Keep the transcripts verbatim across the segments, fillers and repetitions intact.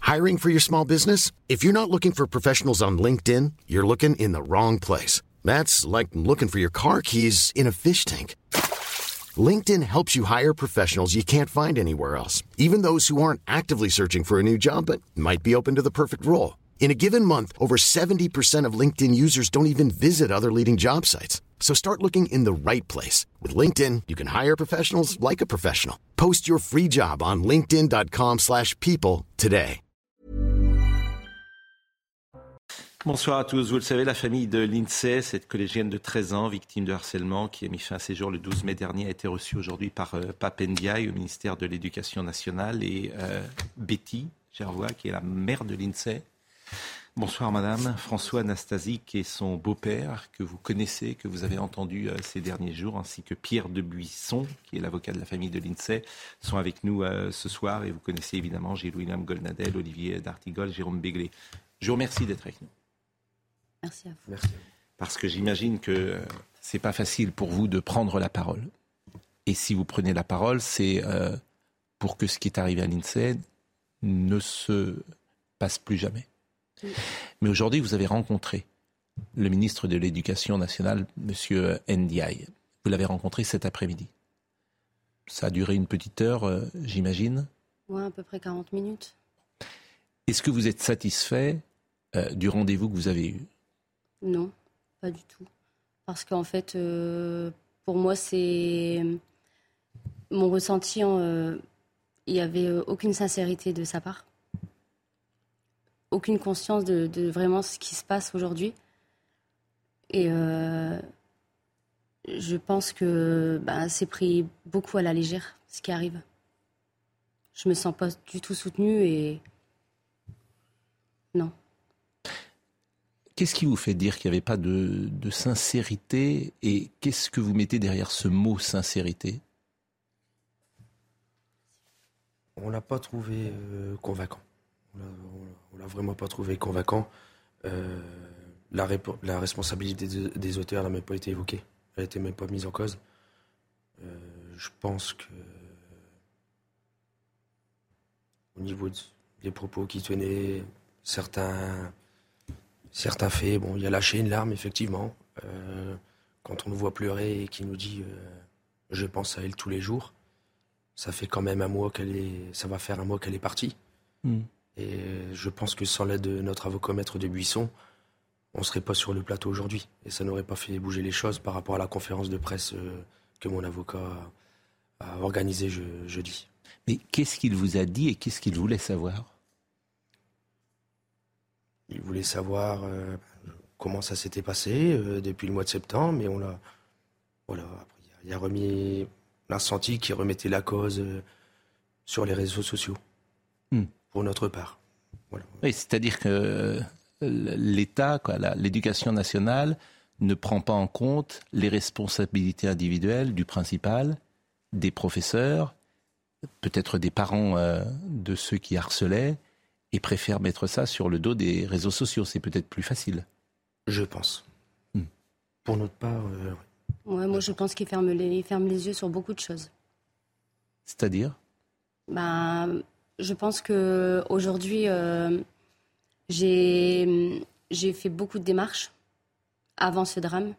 Hiring for your small business? If you're not looking for professionals on LinkedIn, you're looking in the wrong place. That's like looking for your car keys in a fish tank. LinkedIn helps you hire professionals you can't find anywhere else, even those who aren't actively searching for a new job but might be open to the perfect role. In a given month, over seventy percent of LinkedIn users don't even visit other leading job sites. So start looking in the right place. With LinkedIn, you can hire professionals like a professional. Post your free job on linkedin dot com slash people today. Bonsoir à tous. Vous le savez, la famille de Lindsay, cette collégienne de treize ans, victime de harcèlement, qui a mis fin à ses jours le douze mai dernier, a été reçue aujourd'hui par euh, Pape Ndiaye au ministère de l'Éducation nationale et euh, Betty Gervois, qui est la mère de Lindsay. Bonsoir madame. François Anastasique et son beau-père, que vous connaissez, que vous avez entendu euh, ces derniers jours, ainsi que Pierre Debuisson, qui est l'avocat de la famille de Lindsay, sont avec nous euh, ce soir. Et vous connaissez évidemment Gilles-William Goldnadel, Olivier D'Artigol, Jérôme Béglé. Je vous remercie d'être avec nous. Merci à vous. Merci. Parce que j'imagine que c'est pas facile pour vous de prendre la parole. Et si vous prenez la parole, c'est euh, pour que ce qui est arrivé à Lindsay ne se passe plus jamais. Oui. Mais aujourd'hui, vous avez rencontré le ministre de l'Éducation nationale, M. Ndiaye. Vous l'avez rencontré cet après-midi. Ça a duré une petite heure, euh, j'imagine. Oui, à peu près quarante minutes. Est-ce que vous êtes satisfait euh, du rendez-vous que vous avez eu ? Non, pas du tout. Parce qu'en fait, euh, pour moi, c'est mon ressenti. Euh, il n'y avait aucune sincérité de sa part. Aucune conscience de, de vraiment ce qui se passe aujourd'hui. Et euh, je pense que bah, c'est pris beaucoup à la légère, ce qui arrive. Je ne me sens pas du tout soutenue et non. Qu'est-ce qui vous fait dire qu'il n'y avait pas de, de sincérité et qu'est-ce que vous mettez derrière ce mot sincérité ? On ne l'a pas trouvé euh, convaincant. On ne l'a vraiment pas trouvé convaincant. Euh, la, rép- la responsabilité des, des auteurs n'a même pas été évoquée. Elle n'a été même pas mise en cause. Euh, je pense que au niveau de, des propos qui tenaient, certains... Certains faits, bon, il a lâché une larme, effectivement. Euh, quand on le voit pleurer et qu'il nous dit euh, « je pense à elle tous les jours », ça fait quand même un mois qu'elle est... Ça va faire un mois qu'elle est partie. Mm. Et je pense que sans l'aide de notre avocat maître Debuisson, on ne serait pas sur le plateau aujourd'hui. Et ça n'aurait pas fait bouger les choses par rapport à la conférence de presse euh, que mon avocat a, a organisée je, jeudi. Mais qu'est-ce qu'il vous a dit et qu'est-ce qu'il voulait savoir ? Il voulait savoir euh, comment ça s'était passé euh, depuis le mois de septembre, mais on l'a, voilà, il a, a remis, on a senti qu'il remettait la cause euh, sur les réseaux sociaux, hmm. pour notre part. Voilà. Oui, c'est-à-dire que l'État, quoi, la, l'éducation nationale ne prend pas en compte les responsabilités individuelles du principal, des professeurs, peut-être des parents euh, de ceux qui harcelaient, et préfère mettre ça sur le dos des réseaux sociaux. C'est peut-être plus facile. Je pense. Hmm. Pour notre part... Euh, ouais, moi, je pense qu'il ferme les, il ferme les yeux sur beaucoup de choses. C'est-à-dire ? Ben, je pense qu'aujourd'hui, euh, j'ai, j'ai fait beaucoup de démarches avant ce drame.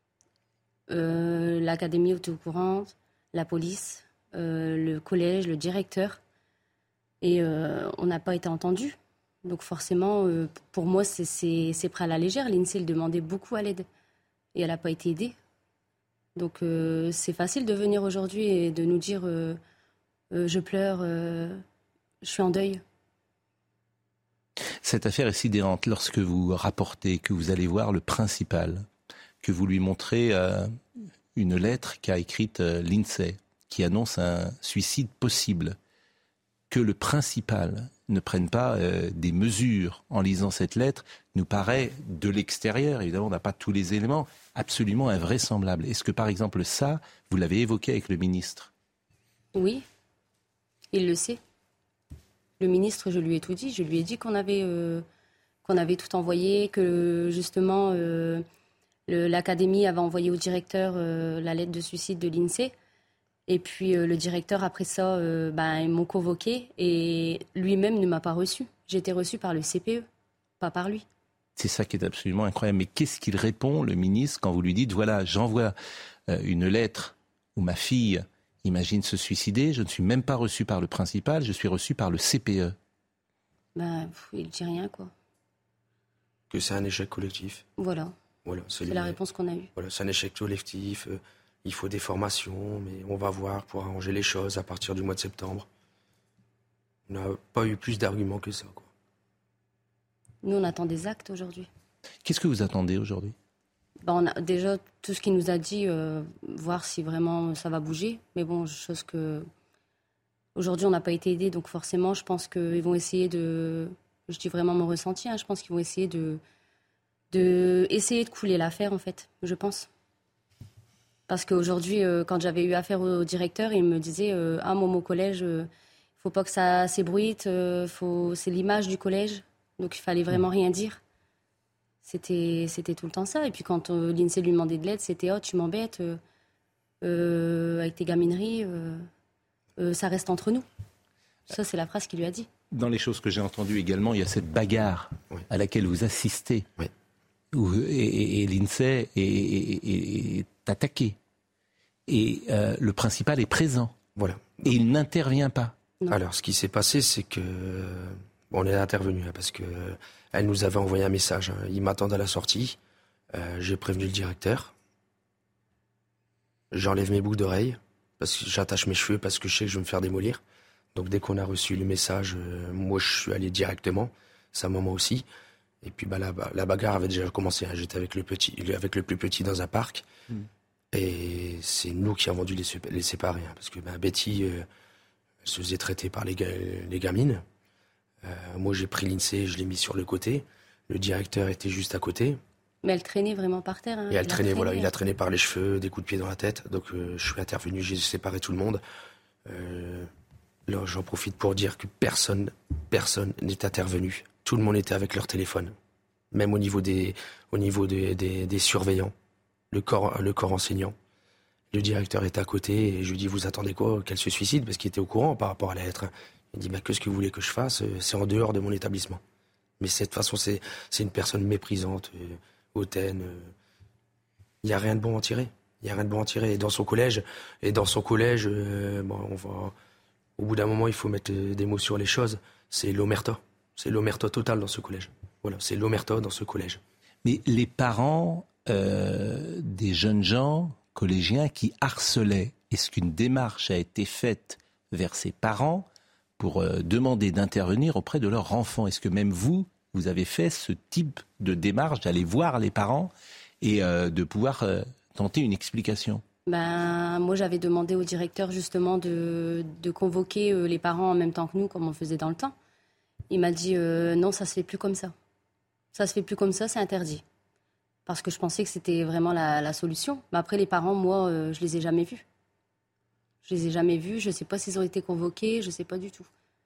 Euh, l'académie était au courant, la police, euh, le collège, le directeur... Et euh, on n'a pas été entendu. Donc forcément, euh, pour moi, c'est, c'est, c'est pris à la légère. Lindsay, elle demandait beaucoup à l'aide. Et elle n'a pas été aidée. Donc euh, c'est facile de venir aujourd'hui et de nous dire euh, euh, « je pleure, euh, je suis en deuil ». Cette affaire est sidérante. Lorsque vous rapportez, que vous allez voir le principal, que vous lui montrez euh, une lettre qu'a écrite euh, Lindsay, qui annonce un suicide possible, que le principal ne prenne pas euh, des mesures en lisant cette lettre nous paraît, de l'extérieur, évidemment on n'a pas tous les éléments, absolument invraisemblable. Est-ce que par exemple ça, vous l'avez évoqué avec le ministre ? Oui, il le sait. Le ministre, je lui ai tout dit. Je lui ai dit qu'on avait, euh, qu'on avait tout envoyé, que justement euh, le, l'académie avait envoyé au directeur euh, la lettre de suicide de Lindsay. Et puis euh, le directeur, après ça, euh, ben, ils m'ont convoqué et lui-même ne m'a pas reçu. J'ai été reçue par le C P E, pas par lui. C'est ça qui est absolument incroyable. Mais qu'est-ce qu'il répond, le ministre, quand vous lui dites, voilà, j'envoie euh, une lettre où ma fille imagine se suicider, je ne suis même pas reçu par le principal, je suis reçu par le C P E. Ben, pff, il dit rien, quoi. Que c'est un échec collectif. Voilà. Voilà, c'est c'est la réponse qu'on a eue. Voilà, c'est un échec collectif. Euh, il faut des formations, mais on va voir pour arranger les choses à partir du mois de septembre. On n'a pas eu plus d'arguments que ça, quoi. Nous, on attend des actes aujourd'hui. Qu'est-ce que vous attendez aujourd'hui ? Ben, on a déjà tout ce qu'il nous a dit, euh, voir si vraiment ça va bouger. Mais bon, chose que... Aujourd'hui, on n'a pas été aidés, donc forcément, je pense qu'ils vont essayer de... Je dis vraiment mon ressenti, hein, je pense qu'ils vont essayer de... de essayer de couler l'affaire, en fait, je pense. Parce qu'aujourd'hui, euh, quand j'avais eu affaire au, au directeur, il me disait euh, « Ah, moi, au collège, il euh, ne faut pas que ça s'ébruite, euh, faut... c'est l'image du collège. » Donc, il fallait vraiment rien dire. C'était, c'était tout le temps ça. Et puis, quand euh, l'INSEE lui demandait de l'aide, c'était « Oh, tu m'embêtes euh, euh, avec tes gamineries, euh, euh, ça reste entre nous. » Ça, c'est la phrase qu'il lui a dit. Dans les choses que j'ai entendues également, il y a cette bagarre oui. à laquelle vous assistez. Oui. Où, et, et, et l'INSEE est, est, est attaqué. Et euh, le principal est présent. Voilà. Et il n'intervient pas. Non. Alors, ce qui s'est passé, c'est que... Bon, on est intervenu hein, parce qu'elle nous avait envoyé un message. Hein. Il m'attendait à la sortie. Euh, j'ai prévenu le directeur. J'enlève mes boucles d'oreilles parce que j'attache mes cheveux parce que je sais que je vais me faire démolir. Donc, dès qu'on a reçu le message, euh, moi, je suis allé directement. Sa maman aussi. Et puis bah, la, la bagarre avait déjà commencé. Hein. J'étais avec le, petit, avec le plus petit dans un parc. Mmh. Et c'est nous qui avons dû les, les séparer. Hein, parce que bah, Betty euh, elle se faisait traiter par les, les gamines. Euh, moi, j'ai pris l'INSEE, je l'ai mis sur le côté. Le directeur était juste à côté. Mais elle traînait vraiment par terre. Hein. Et elle il traînait, voilà, il a traîné par les cheveux, des coups de pied dans la tête. Donc euh, je suis intervenu, j'ai séparé tout le monde. Euh, là, j'en profite pour dire que personne, personne n'est intervenu. Tout le monde était avec leur téléphone, même au niveau des, au niveau des, des, des surveillants, le corps, le corps enseignant. Le directeur était à côté et je lui dis vous attendez quoi qu'elle se suicide parce qu'il était au courant par rapport à la lettre. Il dit bah, qu'est-ce que vous voulez que je fasse, c'est en dehors de mon établissement. Mais de toute façon c'est, c'est une personne méprisante, euh, hautaine. Il euh, y a rien de bon à en tirer. Il y a rien de bon à en tirer. Et dans son collège, et dans son collège, euh, bon, on va, au bout d'un moment il faut mettre des mots sur les choses. C'est l'omerta. C'est l'omerta totale dans ce collège. Voilà, c'est l'omerta dans ce collège. Mais les parents euh, des jeunes gens collégiens qui harcelaient, est-ce qu'une démarche a été faite vers ces parents pour euh, demander d'intervenir auprès de leur enfant ? Est-ce que même vous, vous avez fait ce type de démarche, d'aller voir les parents et euh, de pouvoir euh, tenter une explication ? Ben, moi, j'avais demandé au directeur justement de, de convoquer euh, les parents en même temps que nous, comme on faisait dans le temps. Il m'a dit euh, non, ça se fait plus comme ça. Ça se fait plus comme ça, c'est interdit. Parce que je pensais que c'était vraiment la, la solution. Mais après, les parents, moi, euh, je les ai jamais vus. Je les ai jamais vus. Je sais pas s'ils ont été convoqués. Je sais pas du tout.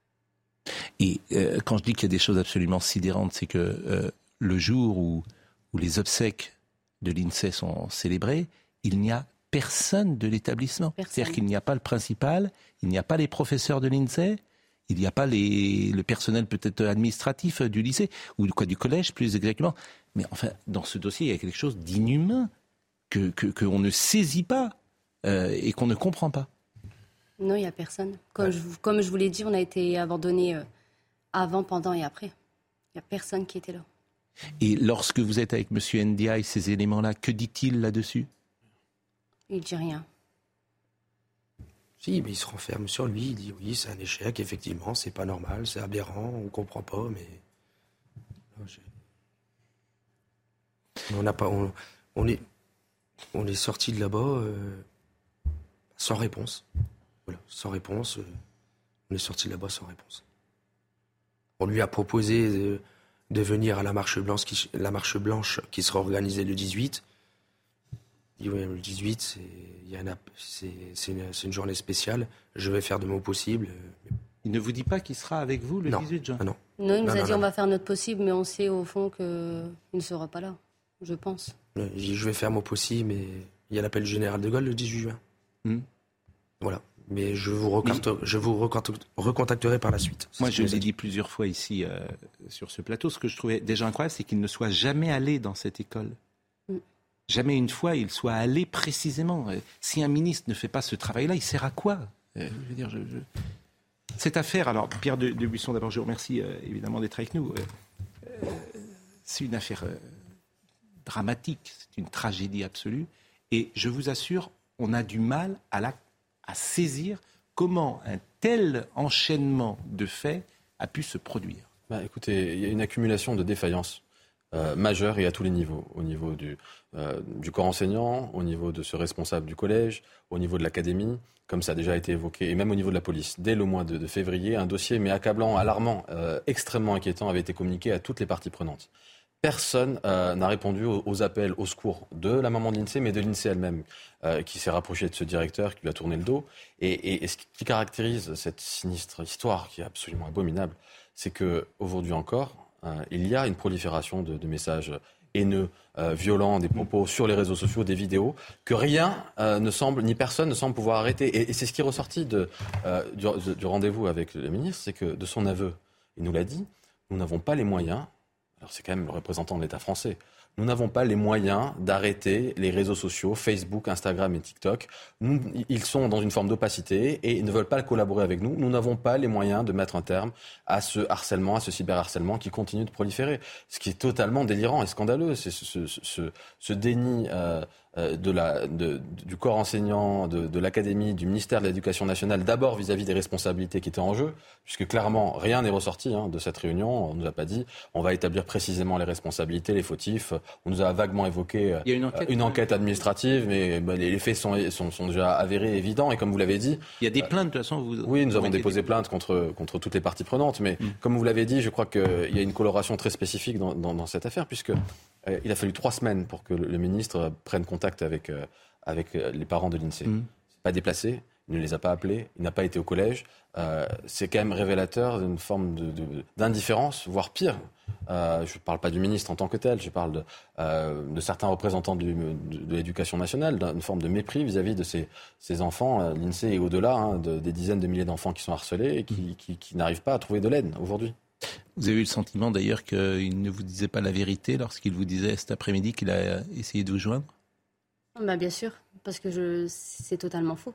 Et euh, quand je dis qu'il y a des choses absolument sidérantes, c'est que euh, le jour où, où les obsèques de l'INSEE sont célébrées, il n'y a personne de l'établissement. Personne. C'est-à-dire qu'il n'y a pas le principal, il n'y a pas les professeurs de l'INSEE. Il n'y a pas les, le personnel peut-être administratif du lycée, ou quoi, du collège plus exactement. Mais enfin, dans ce dossier, il y a quelque chose d'inhumain que, que, qu'on ne saisit pas euh, et qu'on ne comprend pas. Non, il n'y a personne. Comme, ouais. je, comme je vous l'ai dit, on a été abandonnés euh, avant, pendant et après. Il n'y a personne qui était là. Et lorsque vous êtes avec M. Ndiaye, ces éléments-là, que dit-il là-dessus ? Il ne dit rien. Si, mais il se renferme sur lui, il dit oui, c'est un échec, effectivement, c'est pas normal, c'est aberrant, on comprend pas, mais... On n'a pas... On, on est, on est sorti de là-bas euh, sans réponse. Voilà, sans réponse. Euh, on est sorti de là-bas sans réponse. On lui a proposé de, de venir à la marche blanche qui, la marche blanche qui sera organisée le dix-huit. Il dit oui, le dix-huit, c'est... Il y a une, c'est, c'est, une, c'est une journée spéciale. Je vais faire de mon possible. Il ne vous dit pas qu'il sera avec vous le non. dix-huit juin ? Ah non. Non, il nous non, a non, dit non. on va faire notre possible, mais on sait au fond qu'il ne sera pas là, je pense. Il dit je vais faire mon possible, mais il y a l'appel général de Gaulle le dix-huit juin. Mmh. Voilà. Mais je vous, recarte, Mais... je vous recontacterai par la suite. Moi, je l'ai dit plusieurs fois ici euh, sur ce plateau. Ce que je trouvais déjà incroyable, c'est qu'il ne soit jamais allé dans cette école. Mm. Jamais une fois il soit allé précisément. Si un ministre ne fait pas ce travail-là, il sert à quoi ? euh, je veux dire, je, je... Cette affaire, alors Pierre de, de Buisson, d'abord je vous remercie euh, évidemment d'être avec nous. Euh, c'est une affaire euh, dramatique, c'est une tragédie absolue. Et je vous assure, on a du mal à, la, à saisir comment un tel enchaînement de faits a pu se produire. Bah, écoutez, il y a une accumulation de défaillances euh, majeures et à tous les niveaux. Au niveau du, euh, du corps enseignant, au niveau de ce responsable du collège, au niveau de l'académie, comme ça a déjà été évoqué, et même au niveau de la police. Dès le mois de, de février, un dossier, mais accablant, alarmant, euh, extrêmement inquiétant, avait été communiqué à toutes les parties prenantes. Personne euh, n'a répondu aux, aux appels au secours de la maman de l'INSEE, mais de l'INSEE elle-même, euh, qui s'est rapprochée de ce directeur, qui lui a tourné le dos. Et, et, et ce qui caractérise cette sinistre histoire, qui est absolument abominable, c'est qu'aujourd'hui encore, euh, il y a une prolifération de, de messages haineux, euh, violents, des propos sur les réseaux sociaux, des vidéos, que rien euh, ne semble, ni personne ne semble pouvoir arrêter. Et, et c'est ce qui est ressorti de, euh, du, du rendez-vous avec le ministre, c'est que de son aveu, il nous l'a dit, nous n'avons pas les moyens. Alors c'est quand même le représentant de l'État français. Nous n'avons pas les moyens d'arrêter les réseaux sociaux, Facebook, Instagram et TikTok. Nous, ils sont dans une forme d'opacité et ils ne veulent pas collaborer avec nous. Nous n'avons pas les moyens de mettre un terme à ce harcèlement, à ce cyberharcèlement qui continue de proliférer. Ce qui est totalement délirant et scandaleux, c'est ce, ce, ce, ce déni euh, de la, de, du corps enseignant, de, de l'académie, du ministère de l'Éducation nationale, d'abord vis-à-vis des responsabilités qui étaient en jeu, puisque clairement rien n'est ressorti hein, de cette réunion. On ne nous a pas dit, on va établir précisément les responsabilités, les fautifs. On nous a vaguement évoqué Il y a une enquête, une enquête administrative, mais bah, les faits sont, sont, sont déjà avérés, évidents, et comme vous l'avez dit... Il y a des plaintes, de toute façon vous... Oui, nous vous avons déposé des... plainte contre, contre toutes les parties prenantes, mais mm. comme vous l'avez dit, je crois qu'il y a une coloration très spécifique dans, dans, dans cette affaire, puisque euh, il a fallu trois semaines pour que le, le ministre prenne contact avec, euh, avec les parents de l'INSEE. Mm. C'est pas déplacé, il ne les a pas appelés, il n'a pas été au collège. Euh, c'est quand même révélateur d'une forme de, de, d'indifférence, voire pire. Euh, je ne parle pas du ministre en tant que tel, je parle de, euh, de certains représentants du, de, de l'éducation nationale, d'une forme de mépris vis-à-vis de ces, ces enfants. Euh, L'INSEE est au-delà hein, de, des dizaines de milliers d'enfants qui sont harcelés et qui, qui, qui n'arrivent pas à trouver de l'aide aujourd'hui. Vous avez eu le sentiment d'ailleurs qu'il ne vous disait pas la vérité lorsqu'il vous disait cet après-midi qu'il a essayé de vous joindre ? Bah bien sûr, parce que je, c'est totalement faux.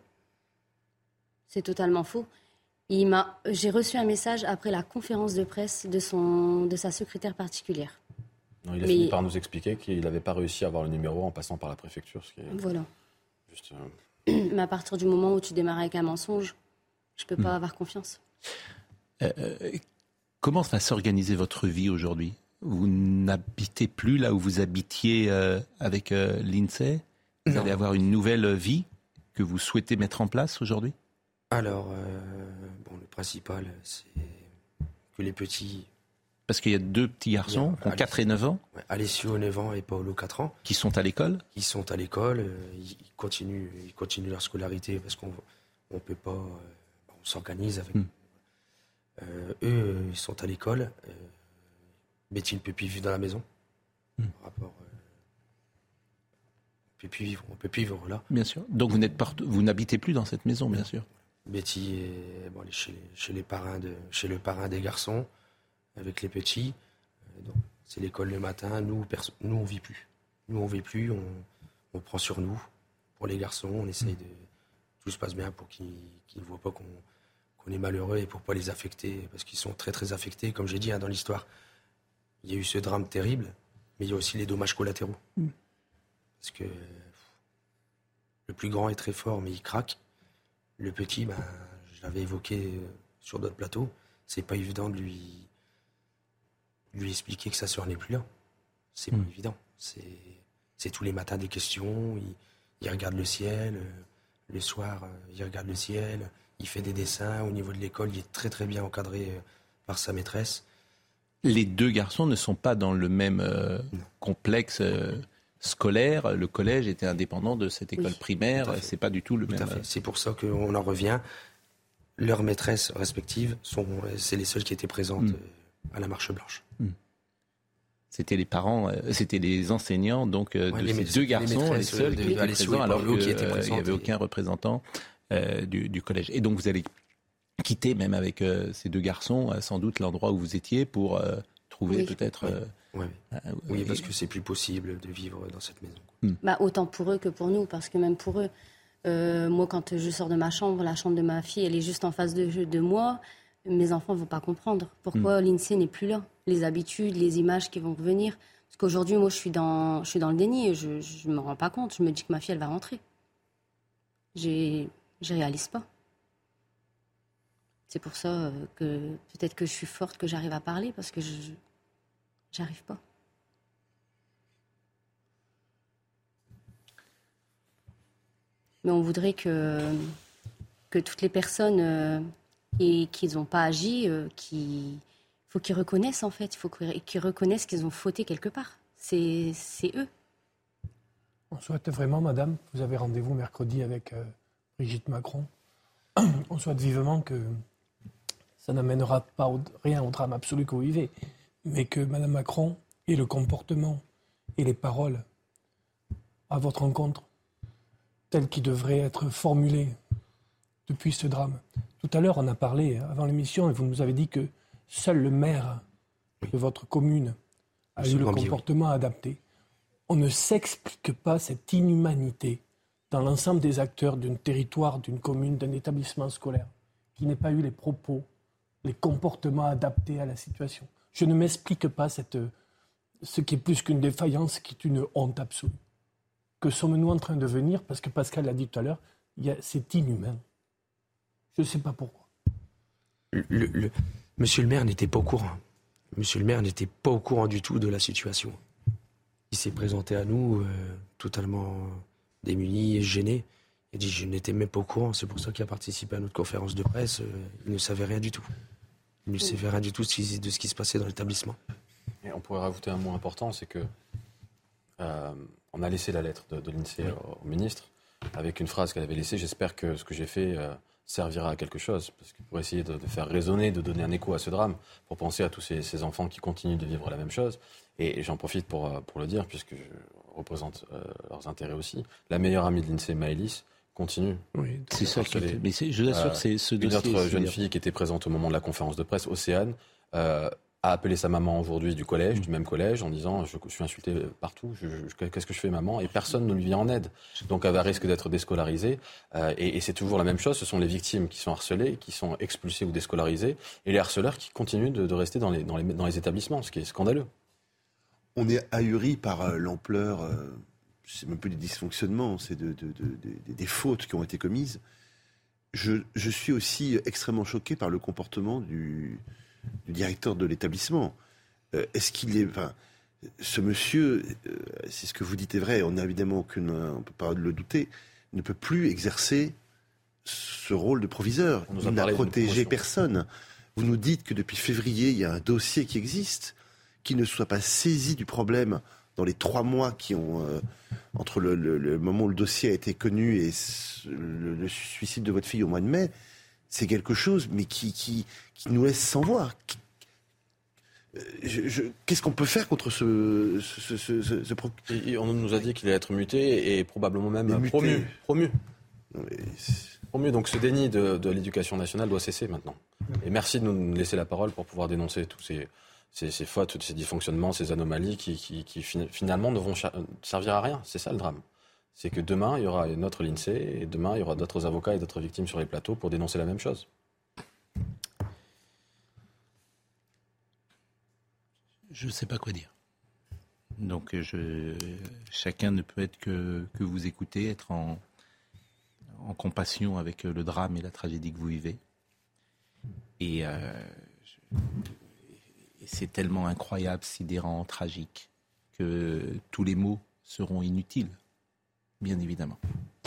C'est totalement faux. Il m'a, j'ai reçu un message après la conférence de presse de, son, de sa secrétaire particulière. Non, il a Mais... fini par nous expliquer qu'il n'avait pas réussi à avoir le numéro en passant par la préfecture. Ce qui est voilà. Juste, euh... Mais à partir du moment où tu démarres avec un mensonge, je ne peux pas mmh. avoir confiance. Euh, comment va s'organiser votre vie aujourd'hui ? Vous n'habitez plus là où vous habitiez euh, avec euh, l'INSEE ? Vous non. allez avoir une nouvelle vie que vous souhaitez mettre en place aujourd'hui ? Alors, euh, bon, le principal, c'est que les petits... Parce qu'il y a deux petits garçons qui ont quatre et neuf ans. Ouais, Alessio, neuf ans, et Paolo, quatre ans. Qui sont à l'école ? Qui sont à l'école. Euh, ils, continuent, ils continuent leur scolarité parce qu'on on peut pas... Euh, on s'organise avec... Hmm. Euh, eux, ils sont à l'école. Euh, Betty ne peut plus vivre dans la maison. Hmm. Par rapport... Euh, on peut plus vivre, on peut plus vivre là. Bien sûr. Donc vous, n'êtes part... vous n'habitez plus dans cette maison, bien sûr. Betty est bon, elle est chez, chez, les parrains de, chez le parrain des garçons, avec les petits. Donc, c'est l'école le matin. Nous, perso- nous on ne vit plus. Nous, on ne vit plus. On, on prend sur nous. Pour les garçons, on essaye de... Tout se passe bien pour qu'ils ne voient pas qu'on, qu'on est malheureux et pour ne pas les affecter. Parce qu'ils sont très, très affectés. Comme j'ai dit hein, dans l'histoire, il y a eu ce drame terrible, mais il y a aussi les dommages collatéraux. Mm. Parce que le plus grand est très fort, mais il craque. Le petit, ben, je l'avais évoqué sur d'autres plateaux, c'est pas évident de lui, lui expliquer que sa sœur n'est plus là. C'est mmh. pas évident. C'est, c'est tous les matins des questions, il, il regarde le ciel, le soir, il regarde le ciel, il fait des dessins. Au niveau de l'école, il est très très bien encadré par sa maîtresse. Les deux garçons ne sont pas dans le même euh, complexe euh... scolaire, le collège était indépendant de cette école oui, primaire, c'est pas du tout le tout même. À fait. C'est pour ça qu'on en revient. Leurs maîtresses respectives, sont, c'est les seules qui étaient présentes mmh. à la marche blanche. Mmh. C'était les parents, c'était les enseignants donc ouais, de ces deux garçons, les seuls de, qui, de, étaient présents, alors qu'il n'y avait aucun représentant euh, du, du collège. Et donc vous allez quitter, même avec euh, ces deux garçons, euh, sans doute l'endroit où vous étiez pour euh, trouver oui. peut-être... Euh, ouais. euh, oui, euh, parce que c'est plus possible de vivre dans cette maison. Hmm. Bah, autant pour eux que pour nous, parce que même pour eux, euh, moi quand je sors de ma chambre, la chambre de ma fille, elle est juste en face de, de moi, mes enfants ne vont pas comprendre pourquoi hmm. l'INSEE n'est plus là. Les habitudes, les images qui vont revenir. Parce qu'aujourd'hui, moi, je suis dans, je suis dans le déni et je ne me rends pas compte. Je me dis que ma fille, elle va rentrer. Je ne réalise pas. C'est pour ça que peut-être que je suis forte, que j'arrive à parler, parce que je n'arrive pas. Mais on voudrait que, que toutes les personnes euh, et, qui n'ont pas agi, euh, qui... Il faut qu'ils reconnaissent, en fait. Il faut qu'ils reconnaissent qu'ils ont fauté quelque part. C'est, c'est eux. On souhaite vraiment, madame, vous avez rendez-vous mercredi avec euh, Brigitte Macron. On souhaite vivement que ça n'amènera pas au, rien au drame absolu que vous vivez, mais que madame Macron ait le comportement et les paroles à votre rencontre telles qu'ils devraient être formulées depuis ce drame. Tout à l'heure, on a parlé avant l'émission et vous nous avez dit que seul le maire de votre commune a eu le comportement adapté. On ne s'explique pas cette inhumanité dans l'ensemble des acteurs d'un territoire, d'une commune, d'un établissement scolaire, qui n'ait pas eu les propos, les comportements adaptés à la situation. Je ne m'explique pas cette, ce qui est plus qu'une défaillance, qui est une honte absolue. Que sommes-nous en train de devenir ? Parce que Pascal l'a dit tout à l'heure, il y a, c'est inhumain. Je ne sais pas pourquoi. Le, le, monsieur le maire n'était pas au courant. Monsieur le maire n'était pas au courant du tout de la situation. Il s'est présenté à nous euh, totalement démuni et gêné. Il dit « je n'étais même pas au courant ». C'est pour ça qu'il a participé à notre conférence de presse. Euh, il ne savait rien du tout. Il ne savait rien du tout de ce qui, de ce qui se passait dans l'établissement. Et on pourrait rajouter un mot important, c'est que euh, on a laissé la lettre de, de l'INSEE oui. au, au ministre avec une phrase qu'elle avait laissée. J'espère que ce que j'ai fait euh, servira à quelque chose, parce que pour essayer de, de faire résonner, de donner un écho à ce drame, pour penser à tous ces, ces enfants qui continuent de vivre la même chose. Et, et j'en profite pour, pour le dire, puisque je représente euh, leurs intérêts aussi. La meilleure amie de l'INSEE, Maëlys, continue. Oui, c'est ça. Qui est... Mais c'est, je vous assure, euh, c'est ce dossier. Une autre jeune fille qui était présente au moment de la conférence de presse, Océane, euh, a appelé sa maman aujourd'hui du collège, mmh. du même collège, en disant je, je suis insultée partout, je, je, qu'est-ce que je fais maman ? Et personne ne lui vient en aide. Donc elle va risque d'être déscolarisée. Euh, et, et c'est toujours la même chose, ce sont les victimes qui sont harcelées, qui sont expulsées ou déscolarisées, et les harceleurs qui continuent de, de rester dans les, dans, les, dans les établissements, ce qui est scandaleux. On est ahuri par euh, l'ampleur, euh, c'est même plus des dysfonctionnements, c'est de, de, de, de, des fautes qui ont été commises. Je, je suis aussi extrêmement choqué par le comportement du... du directeur de l'établissement. Euh, est-ce qu'il est... Enfin, ce monsieur, euh, si ce que vous dites est vrai, on n'a évidemment aucune... On ne peut pas le douter, ne peut plus exercer ce rôle de proviseur. Il n'a protégé personne. Vous nous dites que depuis février, il y a un dossier qui existe, qui ne soit pas saisi du problème dans les trois mois qui ont... Euh, entre le, le, le moment où le dossier a été connu et le, le suicide de votre fille au mois de mai, c'est quelque chose, mais qui, qui, qui nous laisse sans voix. Je, je, qu'est-ce qu'on peut faire contre ce... ce, ce, ce, ce pro... et on nous a dit qu'il allait être muté et probablement même promu. Promu. Promu. Donc ce déni de, de l'éducation nationale doit cesser maintenant. Et merci de nous laisser la parole pour pouvoir dénoncer tous ces, ces, ces fautes, ces dysfonctionnements, ces anomalies qui, qui, qui finalement ne vont servir à rien. C'est ça le drame. C'est que demain, il y aura notre l'INSEE et demain, il y aura d'autres avocats et d'autres victimes sur les plateaux pour dénoncer la même chose. Je ne sais pas quoi dire. Donc, je, chacun ne peut être que, que vous écouter, être en, en compassion avec le drame et la tragédie que vous vivez. Et, euh, je, et c'est tellement incroyable, sidérant, tragique, que tous les mots seront inutiles. Bien évidemment.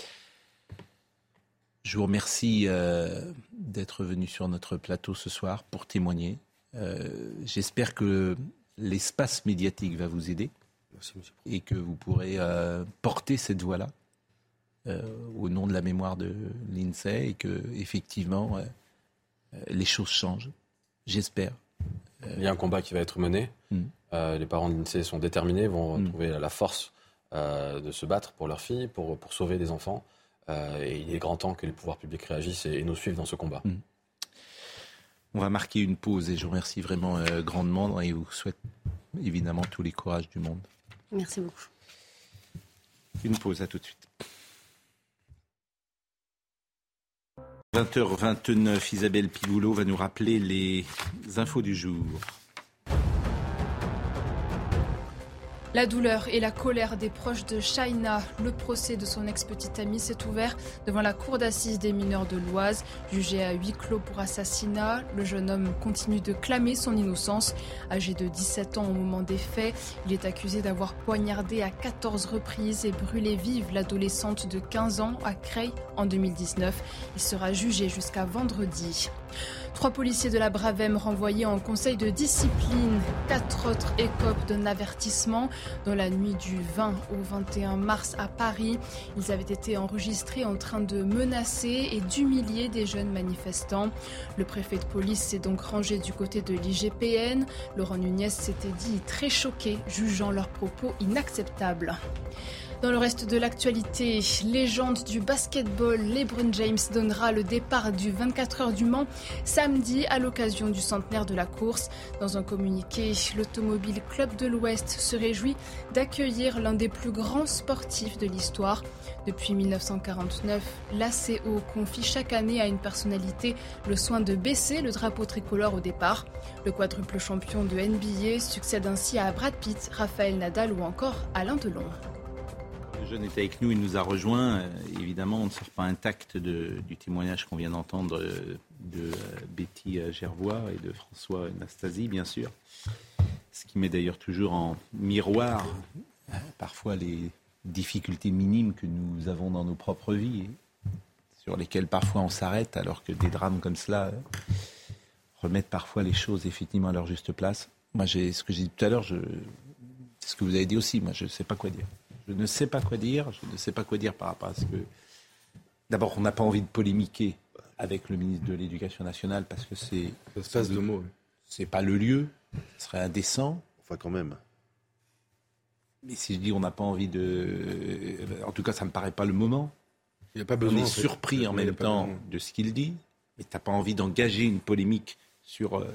Je vous remercie euh, d'être venu sur notre plateau ce soir pour témoigner. Euh, j'espère que l'espace médiatique va vous aider. Merci, monsieur. Et que vous pourrez euh, porter cette voix-là euh, au nom de la mémoire de l'INSEE et que effectivement euh, les choses changent. J'espère. Euh, Il y a un combat qui va être mené. Mm. Euh, les parents de l'INSEE sont déterminés, vont mm. trouver la force Euh, de se battre pour leurs filles, pour, pour sauver des enfants. Euh, et il est grand temps que les pouvoirs publics réagissent et, et nous suivent dans ce combat. Mmh. On va marquer une pause et je vous remercie vraiment euh, grandement et vous souhaite évidemment tous les courages du monde. Merci beaucoup. Une pause, à tout de suite. vingt heures vingt-neuf, Isabelle Piboulot va nous rappeler les infos du jour. La douleur et la colère des proches de Shaina. Le procès de son ex-petite amie s'est ouvert devant la cour d'assises des mineurs de l'Oise. Jugé à huis clos pour assassinat, le jeune homme continue de clamer son innocence. Âgé de dix-sept ans au moment des faits, il est accusé d'avoir poignardé à quatorze reprises et brûlé vive l'adolescente de quinze ans à Creil en deux mille dix-neuf. Il sera jugé jusqu'à vendredi. Trois policiers de la Bravem renvoyés en conseil de discipline. Quatre autres écopent d'un avertissement. Dans la nuit du vingt au vingt et un mars à Paris, ils avaient été enregistrés en train de menacer et d'humilier des jeunes manifestants. Le préfet de police s'est donc rangé du côté de l'I G P N. Laurent Nunez s'était dit très choqué, jugeant leurs propos inacceptables. Dans le reste de l'actualité, légende du basketball, LeBron James donnera le départ du vingt-quatre heures du Mans samedi à l'occasion du centenaire de la course. Dans un communiqué, l'Automobile Club de l'Ouest se réjouit d'accueillir l'un des plus grands sportifs de l'histoire. Depuis dix-neuf cent quarante-neuf, l'A C O confie chaque année à une personnalité le soin de baisser le drapeau tricolore au départ. Le quadruple champion de N B A succède ainsi à Brad Pitt, Raphaël Nadal ou encore Alain Delon. Le jeune est avec nous, il nous a rejoints. Euh, évidemment, on ne sort pas intact de, du témoignage qu'on vient d'entendre euh, de euh, Betty euh, Gervois et de François Anastasie, bien sûr. Ce qui met d'ailleurs toujours en miroir euh, parfois les difficultés minimes que nous avons dans nos propres vies, et sur lesquelles parfois on s'arrête, alors que des drames comme cela euh, remettent parfois les choses effectivement à leur juste place. Moi, j'ai, ce que j'ai dit tout à l'heure, je, c'est ce que vous avez dit aussi, moi je ne sais pas quoi dire. Je ne sais pas quoi dire, je ne sais pas quoi dire par rapport à ce que... D'abord, on n'a pas envie de polémiquer avec le ministre de l'Éducation nationale parce que c'est... Ça se passe de mots. C'est pas le lieu, ce serait indécent. Enfin, quand même. Mais si je dis on n'a pas envie de... En tout cas, ça ne me paraît pas le moment. Il n'y a pas besoin, on est en fait. surpris en même temps besoin. de ce qu'il dit, mais tu n'as pas envie d'engager une polémique sur... Euh...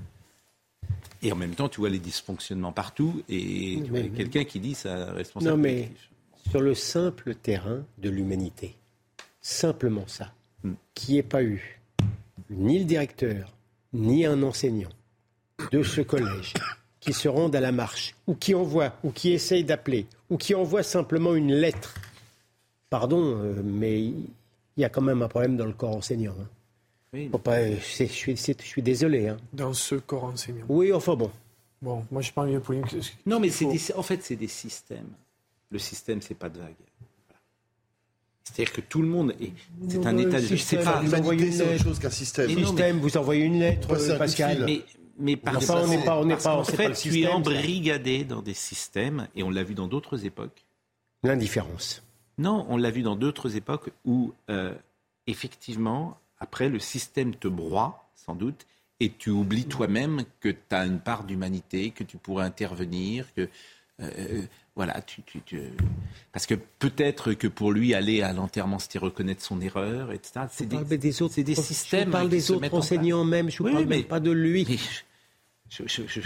Et en même temps, tu vois les dysfonctionnements partout et tu mais, vois mais, quelqu'un qui dit sa responsabilité. Non, mais sur le simple terrain de l'humanité, simplement ça, hmm. qu'il n'y ait pas eu ni le directeur, ni un enseignant de ce collège qui se rendent à la marche, ou qui envoient, ou qui essayent d'appeler, ou qui envoient simplement une lettre. Pardon, euh, mais il y a quand même un problème dans le corps enseignant. Hein. Oui. Pas, je, suis, je suis désolé. Hein. Dans ce corps enseignant. Oui, enfin bon. Bon, moi je parle mieux pour une... Non, mais c'est des, en fait, c'est des systèmes. Le système, c'est pas de vague. Voilà. C'est-à-dire que tout le monde est. C'est non, un état de. C'est pas. L'humanité, c'est autre chose qu'un système. Le système, vous envoyez une lettre, euh, Pascal. Mais, mais par enfin, on n'est pas, on n'est pas. En fait, tu es embrigadé dans des systèmes, et on l'a vu dans d'autres époques. L'indifférence. Non, on l'a vu dans d'autres époques où, euh, effectivement. Après, le système te broie, sans doute, et tu oublies toi-même que tu as une part d'humanité, que tu pourrais intervenir, que... Euh, voilà, tu, tu, tu... Parce que peut-être que pour lui, aller à l'enterrement, c'était reconnaître son erreur, et cetera. C'est des, des, autres, c'est des systèmes... Je parle des autres enseignants même, je ne oui, parle mais, pas de lui. Mais je, je, je,